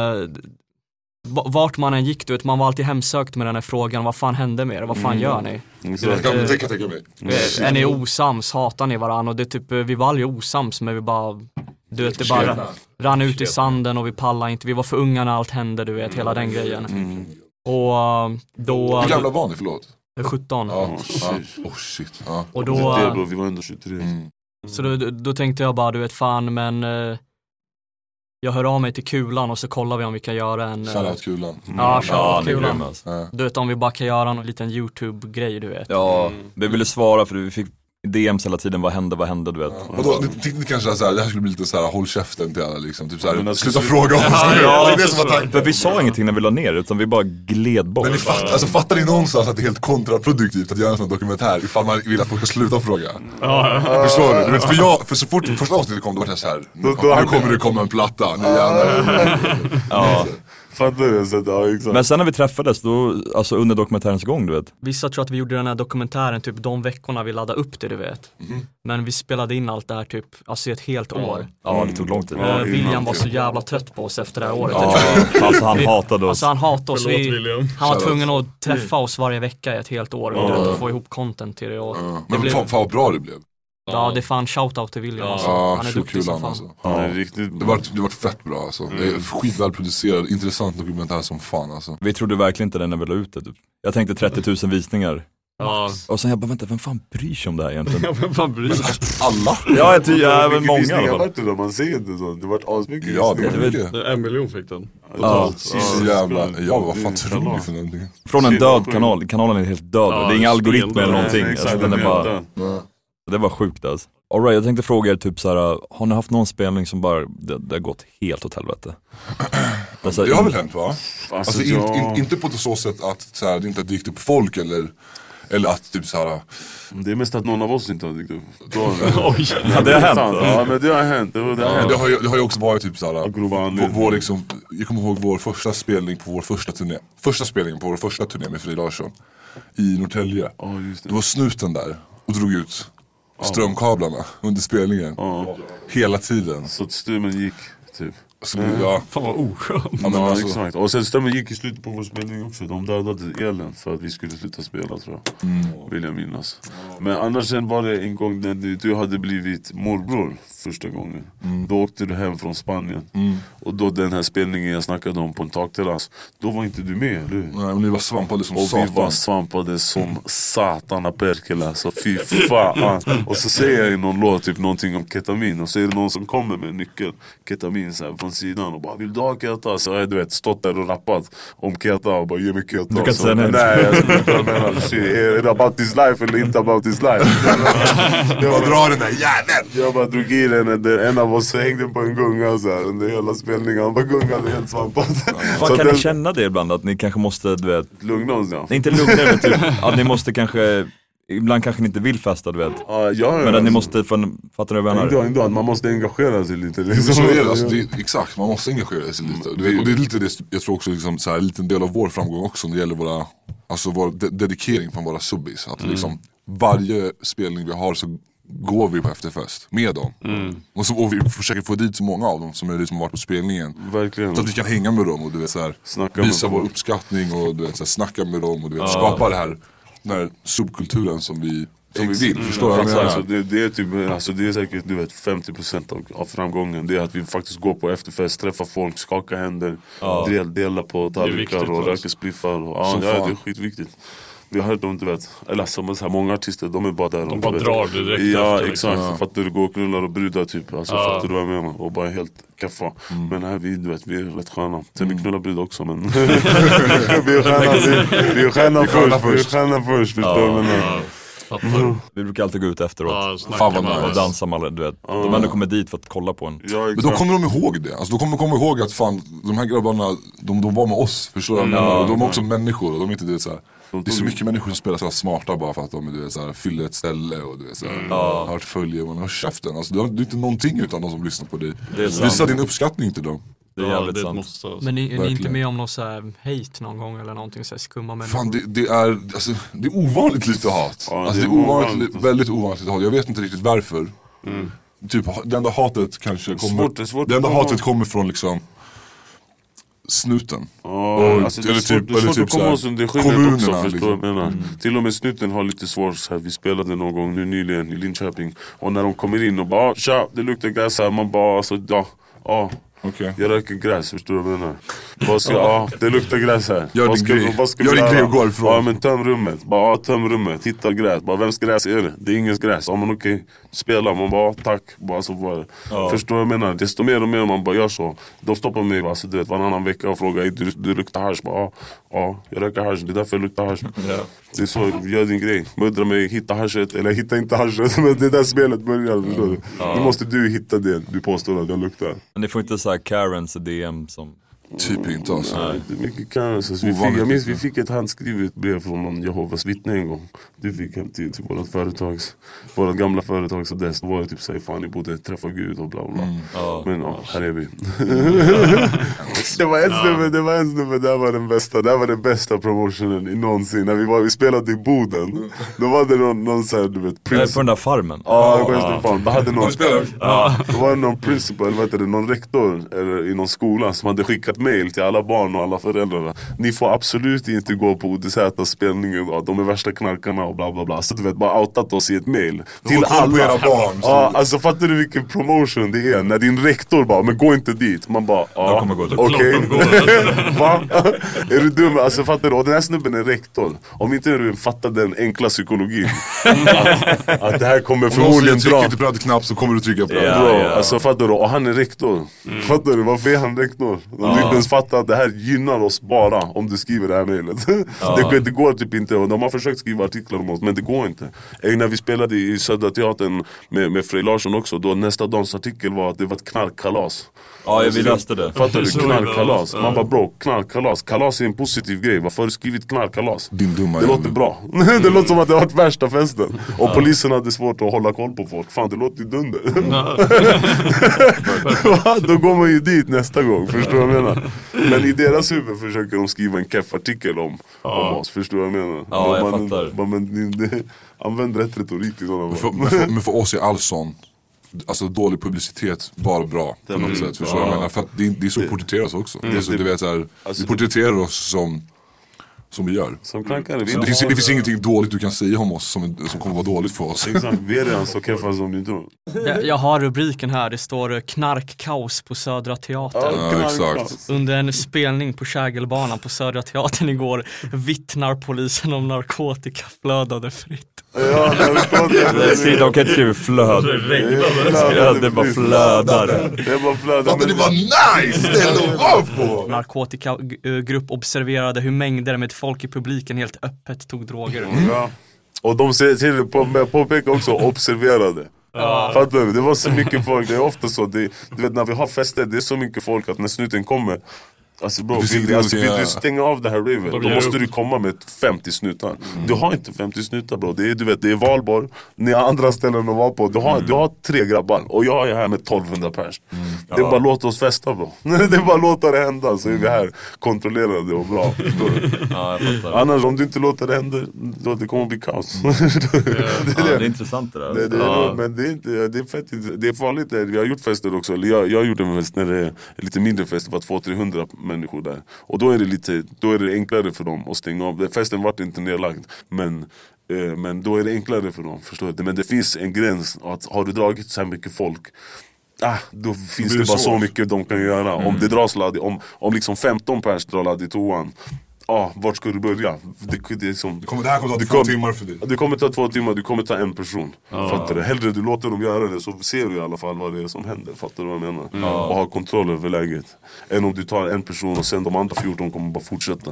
vart man än gick, du vet, man var alltid hemsökt med den här frågan, vad fan hände med er? Vad fan mm. gör ni? Mm. Så, kan, det kan jag tänka mig. Är, är ni osams? Hatar ni varandra? Och det typ, vi var aldrig osams, men vi bara, du vet, det bara rann ut i sanden och vi pallade inte. Vi var för unga när allt hände, du vet, hela den grejen. Mm. Och då... Hur gamla var ni, förlåt? sjutton. Ja, oh, shit. Oh, shit. Ja. Och då... Det då, vi var ändå tjugotre. Mm. Så då, då tänkte jag bara, du vet, fan, men... Eh, jag hör av mig till Kulan och så kollar vi om vi kan göra en... Shoutout Kulan. Mm. Ja, shoutout ja, Kulan. Ja. Du vet, om vi bara kan göra en liten YouTube-grej, du vet. Ja, mm. vi ville svara för vi fick D Ms hela tiden, vad hände, vad hände, du vet. Ja. Och då tyckte ni kanske att det här skulle bli lite såhär, håll käften till alla liksom, typ såhär, sluta fråga oss. Ja, ja, det är det som var tanken. För vi sa ingenting när vi la ner, utan vi bara gled bort. Men ni fatt, alltså, fattar ni någonstans att det är helt kontraproduktivt att göra en sån dokumentär ifall man vill att folk ska sluta fråga? Ja, ja. Förstår du? Men för, jag, för så fort första avsnittet kom, då var det så här, nu, kom, nu kommer det komma en platta, nu jävlar. Ja. Fattar du? Så, ja, exakt. Men sen när vi träffades då, alltså under dokumentärens gång, du vet. Vissa tror att vi gjorde den här dokumentären typ de veckorna vi laddade upp det, du vet. Mm. Men vi spelade in allt det här typ, alltså ett helt år. Mm. Ja, det tog lång tid. Uh, William var så jävla trött på oss efter det här året. Ja, alltså han hatade oss. Alltså han hatade oss. Vi, han var tvungen att träffa oss varje vecka i ett helt år. Och mm. att få ihop content till det. Och mm. det Men blev... fan vad bra det blev. Ja, det är fan shoutout till William. Alltså. Ja, han är duktig som fan. Alltså. Ja, det, är riktigt... det, var, det var fett bra alltså. Mm. Det är skitväl producerad, intressant dokumentär som fan alltså. Vi trodde verkligen inte den när vi la ut det typ. Jag tänkte trettio tusen visningar. Ja. Och sen jag bara, vänta, vem fan bryr sig om det här egentligen? Ja, vem fan bryr sig? Alla? Ja, jag tycker jag även många. Det var inte då, man ser inte så. Det var asmycket. Ja, det var mycket. En miljon fick den. Ja, så jävla. Ja, vad fan tror du för någonting? Från en död kanal. Kanalen är helt död. Det är inga algoritmer eller någonting. Alltså, den är bara... Det var sjukt alltså. All right, jag tänkte fråga er typ så här, har ni haft någon spelning som bara, det, det har gått helt åt helvete? Alltså, det har väl hänt, va? Alltså, alltså in, in, inte på så sätt att så här, det inte har dykt upp folk eller, eller att typ så här. Det är mest att någon av oss inte har dykt upp. Då, Oj, ja, det har hänt. Ja, men det har hänt. Det, det, har, ja, hänt. det, har, ju, det har ju också varit typ så här, vår, vår liksom, jag kommer ihåg vår första spelning på vår första turné. Första spelningen på vår första turné med Fri Larsson i Norrtälje. Oh, just det. det var snuten där och drog ut strömkablarna under spelningen. Ja. Hela tiden. Så att strömmen gick typ. Så, ja. Fan vad oskönt. Ja, men alltså. Exakt. Och sen strömmen gick i slutet på vår spelning också. De dödade elen för att vi skulle sluta spela, tror jag. Mm. Vill jag minnas. Men annars sen var det en gång när du, du hade blivit morbror första gången. Mm. Då åkte du hem från Spanien. Mm. Och då den här spelningen jag snackade om på en takterrass, då var inte du med, eller? Nej, men vi var svampade som och satan. Och vi var svampade som satana perkela. Så fy fan. Och så säger jag i någon låt typ någonting om ketamin. Och så är det någon som kommer med en nyckel. Ketamin så här. från sidan och bara, vill du ha Keta? Så jag du vet, stått där och rappat om Keta och bara, ge mig Keta. Du kan så, säga nej. Nej, jag skulle inte mena, är det about this life eller inte about this life? Jag bara drar den där jäveln. Jag bara drog i den, en av oss hängde på en gunga så här, under hela spelningen. Han bara gungade helt svampad. Fan, kan den... ni känna det ibland att ni kanske måste, du vet, lugna oss, ja. Nej, inte lugna men typ att ni måste kanske, ibland kanske ni inte vill festa, du vet. Ja, ja, men att alltså, ni måste, fattar du vad jag menar? Ändå, man måste engagera sig lite liksom. Så är det, alltså, det är, exakt, man måste engagera sig lite. Du vet, och det är lite det, jag tror också liksom, så här, en liten del av vår framgång också när det gäller våra, alltså vår de- dedikering från våra subbis. Att mm. liksom, varje spelning vi har så går vi på efterfest med dem. Mm. Och, så, och vi försöker få dit så många av dem som är liksom varit på spelningen. Verkligen. Så att vi kan hänga med dem och du vet, så här, visa vår uppskattning och du vet, så här, snacka med dem och du vet, ja. skapa det här, den här subkulturen som vi, som vi vill. Mm. Förstår mm. du? Alltså, det, det, är typ, alltså, det är säkert du vet, femtio procent av, av framgången. Det är att vi faktiskt går på efterfest, träffar folk, skakar händer, ja. del, delar på tallrikar och röker spliffar. Och, ja, ja, det är skitviktigt. Vi har hört om, du vet, eller som så här, många artister, de är bara där. De bara vet, drar direkt ja, efter. Exakt, Ja. fattar du, går och knullar och brudar typ. Alltså ja. fattar du vad jag menar? Och bara helt kaffa. Mm. Men här vi, du vet, vi är rätt sköna. Sen mm. vi knullar brudar också, men vi är sköna, vi, vi är sköna först. Vi är sköna först, förstår du vad jag menar? Mm. Vi brukar alltid gå ut efteråt ja, Fan vad nice. Och dansa med alla, du vet. Ja. De ändå kommer dit för att kolla på en. Ja, men då kommer de ihåg det. Alltså, då kommer de komma ihåg att fan, de här grabbarna, de, de var med oss, förstår du? Mm. Ja, de är också människor och de är inte det så här. Det är så mycket människor som spelar så här smarta bara för att de du vet, så här, fyller ett ställe och du vet, så här, mm. har hört följe och man har käften. Alltså, det är inte någonting utan de som lyssnar på dig. Visa din uppskattning till dem. Det är jävligt ja, det sant. Men ni, är ni inte med om någon så här hate någon gång eller någonting så här skumma människor? Fan, det, det är alltså, det är ovanligt lite hat. Ja, alltså, det är ovanligt, ovanligt. väldigt ovanligt lite hat. Jag vet inte riktigt varför. Mm. Typ, det enda hatet kanske kommer, svårt, det, svårt det enda hatet kommer från liksom snuten. Ja, och, alltså det är svårt, typ, det är svårt typ att komma oss under skinnet också, förstår liksom. Jag menar. Mm. Till och med snuten har lite svårt så här. Vi spelade någon gång nu nyligen i Linköping. Och när de kommer in och bara, tja, det luktar gräs här. Man bara, alltså, ja, ja. Okay. Jag röker gräs, förstår du vad jag menar? Vad ska, ja, det luktar gräs här. Gör din grej, gör din grej och gå ifrån. Ja, men töm rummet, bara ja, töm rummet, hitta gräs. Bara, vems gräs är det? Det är ingens gräs. Ja, men okej, okay. Spela, man bara tack. Bara så bara. Ja. Förstår du vad jag menar? Desto mer och mer man bara gör så. De stoppar mig, alltså, du vet, varannan vecka och frågar, du, du luktar hasch? Bara, ja, ja, jag röker hasch, det är därför jag luktar hasch. Ja. Det är så, gör din grej. Muddra mig, hitta haschet, eller hitta inte haschet. Men det där spelet börjar, förstår du? Ja. Nu måste du hitta det, du påstår att jag luktar. Men det får inte så här Karens och D M som... Typ inte alltså. Nej, det är mycket Karens. Alltså, vi, fick, jag minns, vi fick ett handskrivet brev från någon Jehovas vittne en gång. Du fick hem till, till vårt företags, vårt gamla företags adress. Då var det typ såhär, fan ni borde träffa Gud och bla bla. Mm. Ja. Men ja, här är vi. det var en snubbe, ja. det var en snubbe, det var den bästa. Det var den bästa promotionen i någonsin. När vi, var, vi spelade i Boden. Då var det någon, någon såhär, du vet, Prince... På den där farmen. Ja, på den farmen. Då hade någon... ja. Då var det någon principal, eller vad heter det, någon rektor eller, i någon skola som hade skickat mail till alla barn och alla föräldrar. Ni får absolut inte gå på O D Z:s spelningen. De är värsta knarkarna och bla bla bla. Så du vet, bara outat oss i ett mail. Till alla era barn. Ja, alltså fattar du vilken promotion det är? När din rektor bara, men gå inte dit. Man bara, ja, okej. Va? Är du dum? Alltså fattar du? Och den här snubben är rektor. Om inte du fattar den enkla psykologin. att, att det här kommer förmodligen dra. Om du trycker på knapp så kommer du trycka på den. Ja, ja. Alltså fattar du? Och han är rektor. Mm. Fattar du? Varför är han rektor? De ja. inte ens fattar att det här gynnar oss bara om du skriver det här mejlet. Ja. det, det går typ inte. Och de har försökt skriva artiklar om oss, men det går inte. Ej, när vi spelade i Södra Teatern med, med Frej Larsson också, då nästa dagens artikel var att det var ett knarkkalas. Ja, jag vill läste det. Fattar du? Knarkkalas. Man bara, bro, knarkkalas. Kalas är en positiv grej. Varför har du skrivit knarkkalas? Din dumma det låter jävla. Bra. Det låter som att det har varit värsta festen. Och ja. polisen hade svårt att hålla koll på folk. Fan, det låter ju dunder. Då går man ju dit nästa gång. Förstår du vad jag menar? Men i deras huvud försöker de skriva en keff-artikel om, ja. om oss. Förstår du vad jag menar? Ja, jag man, fattar. Man, men, det, använd rätt retorik i sådana men för, men, för, men för oss är all sån, alltså dålig publicitet bara bra på något mm. sätt. Förstår ja. jag menar? För att det, det är så vi porträtteras också. Mm. Det är så, du vet, så här, alltså, vi porträtterar oss som som vi gör. Som klankare. Det, det, finns, det finns ingenting dåligt du kan säga om oss som, som kommer vara dåligt för oss. Exakt, vi är redan så keffa som du tror. Jag, jag har rubriken här, det står knarkkaos på Södra Teatern. Ja, exakt. Under en spelning på Kägelbanan på Södra Teatern igår vittnar polisen om narkotikaflödade fritt. Ja, de kan inte skriva flöd. Det bara flödar. Det bara flödar. Men det var nice! Det var på! Narkotikagrupp observerade hur mängder med folk i publiken helt öppet tog droger. Ja. Och de ser på, påpekar också observerade. Ja. Fattar du? Det var så mycket folk. Det är ofta så det, du vet när vi har fester, det är så mycket folk att när snuten kommer, alltså bro, vill, vill, alltså, vill du stänga av det här raven, då måste upp. Du komma med femtio snutar. Mm. Du har inte femtio snutar, bro. Det är, du vet, det är Valborg. Ni har andra ställen att vara på. Du har, mm. du har tre grabbar och jag är här med tolvhundra pers. Mm. Ja. Det är bara låta oss festa, bro. Det är bara låta det hända, så är vi här kontrollerade och bra. Ja, jag fattar. Annars om du inte låter det hända, då det kommer att bli kaos. Mm. det, är ja, det är intressant det där. Det, det är, ja. Men det är inte, det är fett, det är farligt. Vi har gjort fester också. Jag, jag gjorde en fest när det är lite mindre fest, det var två till trehundra människor där. Och då är det lite, då är det enklare för dem att stänga av. Festen var inte nedlagd, men eh, men då är det enklare för dem, förstår du? Men det finns en gräns att har du dragit så här mycket folk, ah, då finns det, det bara så. så mycket de kan göra. Mm. Om det dras ladd, om om liksom femton pers drar ladd i toan. Ja, ah, vart ska du börja? Det, det, liksom, det, kommer, det här kommer ta två kom, timmar för dig. Det kommer ta två timmar, du kommer ta en person. Ah. Fattar du? Hellre du låter dem göra det, så ser du i alla fall vad det är som händer. Fattar du vad jag menar? Ah. Och har kontroll över läget. Än om du tar en person och sen de andra fjorton kommer bara fortsätta.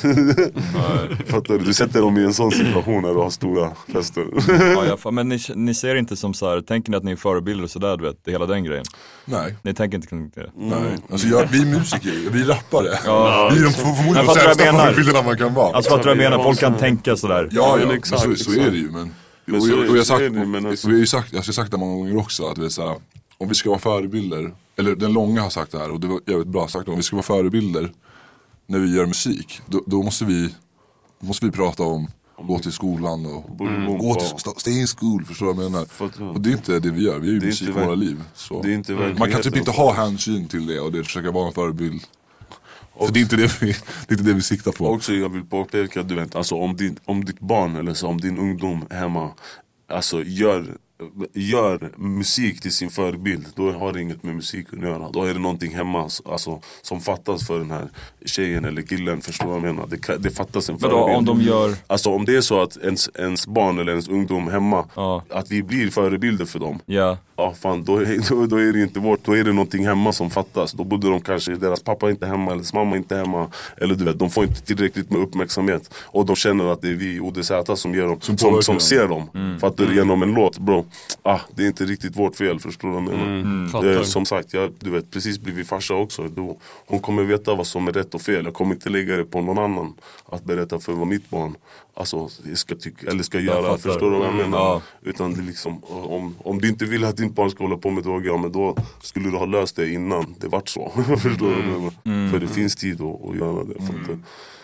Fattar du? Du sätter dem i en sån situation när du har stora fester. Ja, ja, men ni, ni ser inte som så här, tänker ni att ni är förebilder och sådär, du vet, det hela den grejen? Nej. Ni tänker inte kring det? Nej. Alltså jag, vi är musiker, vi är rappare. Ja. Vi är de förmodligen de sämsta förebilderna man kan vara. Alltså vad tror jag menar, folk kan tänka sådär. Ja, ja, exakt, så, så är det ju. Men, men och, och, och jag sagt, och vi har ju sagt, jag har sagt det många gånger också, att det är så här, om vi ska vara förebilder, eller den långa har sagt det här, och det var jävligt bra sagt, om vi ska vara förebilder när vi gör musik, då, då måste vi måste vi prata om gå till skolan och mm. gå till stay in school, förstår du vad jag menar? Och det är inte det vi gör, vi är ju musik i våra liv. Så. Det är inte man kan typ inte ha hänsyn till det och det försöka vara en förebild. För det är inte det vi, det är inte det vi siktar på. Också jag vill påpeka, du vet, alltså om, din, om ditt barn eller så, om din ungdom hemma, alltså gör, gör musik till sin förebild, då har det inget med musik att göra. Då är det någonting hemma, alltså, som fattas för den här tjejen eller killen, förstår vad jag menar? Det, det fattas en förebild. Men då, om de gör... Alltså om det är så att ens, ens barn eller ens ungdom hemma, ja. Att vi blir förebilder för dem. Ja. Ja, fan, då, då, då är det inte vårt, då är det någonting hemma som fattas. Då borde de kanske, deras pappa inte hemma eller mamma inte hemma, eller du vet, de får inte tillräckligt med uppmärksamhet. Och de känner att det är vi O D Z som ger dem, som, som, som ser dem. Mm. Fattar du, genom en låt, bro. Ah, det är inte riktigt vårt fel, förstår du vad jag menar? Mm. Mm. Som sagt, jag, du vet, precis blivit farsa också. Då, hon kommer veta vad som är rätt och fel. Jag kommer inte lägga det på någon annan att berätta för vad mitt barn alltså, ska tycka, eller ska göra, förstår du vad jag menar? Ja. Utan det liksom, om, om du inte vill att din barn ska hålla på med droger, ja, men då skulle du ha löst det innan det vart så. Förstår du vad jag menar? Mm. För det finns tid att, att göra det. Mm.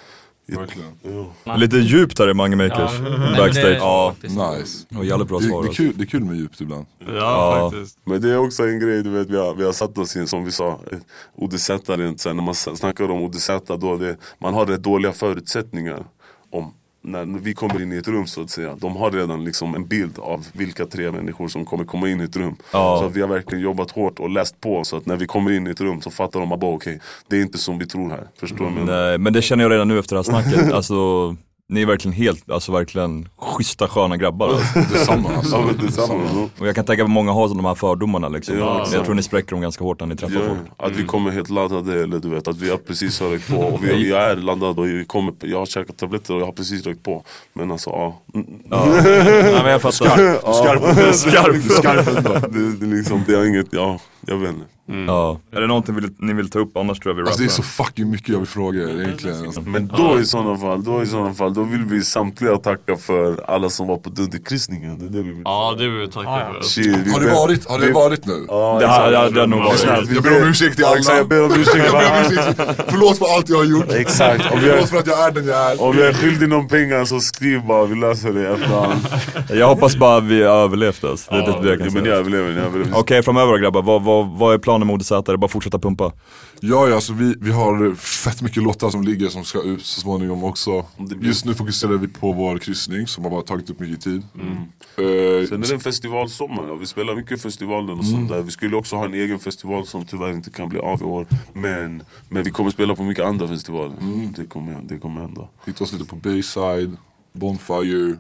Ja. Lite djupt här i Mange Makers, ja. Backstage. Ja, nice. Och jävligt bra svar. Det, det, är kul, det är kul med djupt ibland. Ja, ja, faktiskt. Men det är också en grej, du vet, vi har, vi har satt oss in, som vi sa, O D Z, när man snackar om O D Z, då det, man har rätt dåliga förutsättningar om när vi kommer in i ett rum, så att säga. De har redan liksom en bild av vilka tre människor som kommer komma in i ett rum. Ja. Så att vi har verkligen jobbat hårt och läst på, så att när vi kommer in i ett rum så fattar de att okej, okay, det är inte som vi tror här. Förstår mm, du? Nej, men det känner jag redan nu efter det här snacket. Alltså, ni är verkligen helt, alltså verkligen schyssta, sköna grabbar. Alltså. Detsamma, alltså. Ja, det detsamma. Och jag kan tänka på många har de här fördomarna liksom. Ja, jag tror ni spräcker dem ganska hårt när ni träffar ja, folk. Att mm. vi kommer helt laddade, eller du vet, att vi har precis har rökt på. Och vi, jag är laddad och vi kommer, jag har käkat tabletter och jag har precis rökt på. Men alltså, ja. ja. Nej, men jag fattar. Skarp, ja. skarp, skarp, skarp. det, det, liksom, det är inget, ja, jag vet inte. Mm. Ja. Är det någonting vill, ni vill ta upp, annars tror jag vi rappar. Alltså det är så fucking mycket jag vill fråga egentligen. Alltså. Men då i sådana fall, då i sådana fall, då vill vi samtliga tacka för alla som var på dunderkryssningen. Det är det vi vill. Ja, det vill vi tacka ah, för. Shit, har det varit, har det varit nu? Ja, det har, det, det har nog varit. Jag ber om ursäkt till alla. Exakt, jag ber om ursäkt till alla. Förlåt för allt jag har gjort. Exakt. Och förlåt för att jag är den jag är. Om jag är skyldig någon pengar så skriv bara, vi löser det efterhand. Jag hoppas bara att vi har överlevt oss. Det är ja, det jag kan ja, säga. Men jag överlever, jag överlever. Okej, okay, framöver grabbar, vad, vad, vad är planen med O D Z? Är det bara fortsätta pumpa? Ja, ja, alltså vi, vi har fett mycket låtar som ligger som ska ut så småningom också. Just nu fokuserar vi på vår kryssning som har bara tagit upp mycket tid. Mm. Uh, Sen är det en festivalsommar, ja. Vi spelar mycket festivaler och mm. sånt där. Vi skulle också ha en egen festival som tyvärr inte kan bli av i år. Men, men vi kommer spela på mycket andra festivaler. Mm. Det kommer, det kommer hända. Hitta oss lite på Bayside, Bonfire,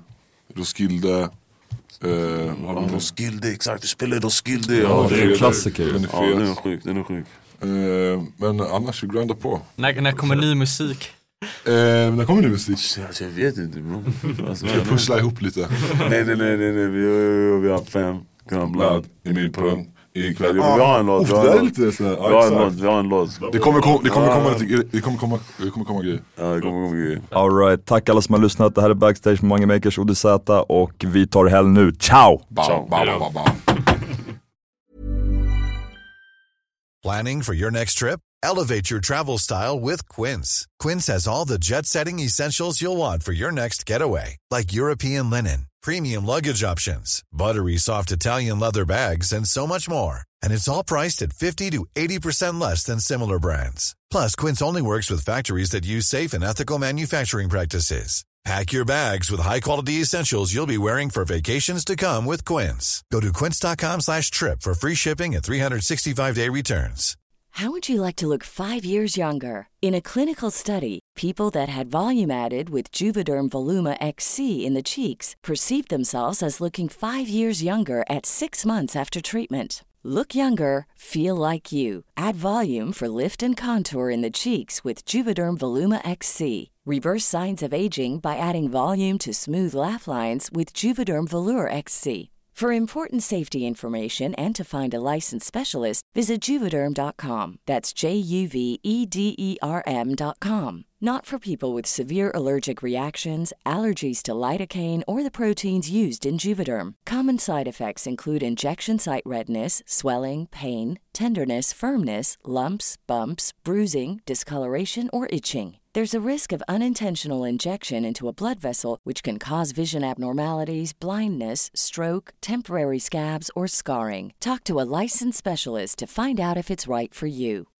Roskilde. Uh, ja, Roskilde, exakt. Du spelade Roskilde. Ja, ja, det är en klassiker. Den är, ja, den är sjuk, den är sjuk. Uh, men annars vi grindar på. När, när kommer ny musik? Uh, när kommer ny musik? Jag, jag vet inte bro. Alltså, jag pusslar ihop lite. nej, nej, nej, nej, nej. Vi, vi har fem gram blad i min pung. Ikväll. Ah, vi har en låt. Vi har en låt. Vi har en låt. Vi har en låt. Det kommer komma, det kommer komma lite, det kommer komma, det kommer komma grejer. Ja, det kommer komma grejer. All right, tack alla som har lyssnat. Det här är Backstage med Mange Makers och O D Z och vi tar helg nu. Ciao! Ciao. Ba, ba, ba, ba. Planning for your next trip? Elevate your travel style with Quince. Quince has all the jet-setting essentials you'll want for your next getaway, like European linen, premium luggage options, buttery soft Italian leather bags, and so much more. And it's all priced at fifty to eighty percent less than similar brands. Plus, Quince only works with factories that use safe and ethical manufacturing practices. Pack your bags with high-quality essentials you'll be wearing for vacations to come with Quince. Go to quince.com slash trip for free shipping and three sixty-five day returns. How would you like to look five years younger? In a clinical study, people that had volume added with Juvederm Voluma X C in the cheeks perceived themselves as looking five years younger at six months after treatment. Look younger, feel like you. Add volume for lift and contour in the cheeks with Juvederm Voluma X C. Reverse signs of aging by adding volume to smooth laugh lines with Juvederm Volure X C. For important safety information and to find a licensed specialist, visit Juvederm dot com. That's J U V E D E R M dot com. Not for people with severe allergic reactions, allergies to lidocaine, or the proteins used in Juvederm. Common side effects include injection site redness, swelling, pain, tenderness, firmness, lumps, bumps, bruising, discoloration, or itching. There's a risk of unintentional injection into a blood vessel, which can cause vision abnormalities, blindness, stroke, temporary scabs, or scarring. Talk to a licensed specialist to find out if it's right for you.